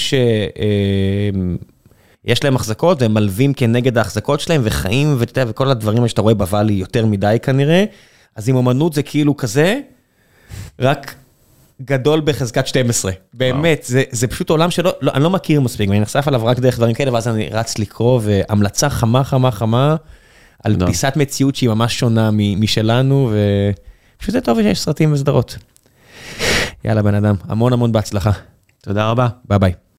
שיש להם החזקות, והם מלווים כנגד ההחזקות שלהם, וחיים, וכל הדברים שאתה רואה בוואלי יותר מדי כנראה, אז עם אומנות זה כאילו כזה, רק גדול בחזקת שתים עשרה. באמת, זה, זה פשוט עולם שלא, לא, אני לא מכיר מספיק, ואני נחשף עליו רק דרך דברים כאלה, ואז אני רץ לקרוא, והמלצה חמה, חמה, חמה, על פיסת מציאות שהיא ממש שונה משלנו, ופשוט זה טוב שיש סרטים וסדרות. יאללה, בן אדם, המון המון בהצלחה. תודה רבה. ביי ביי.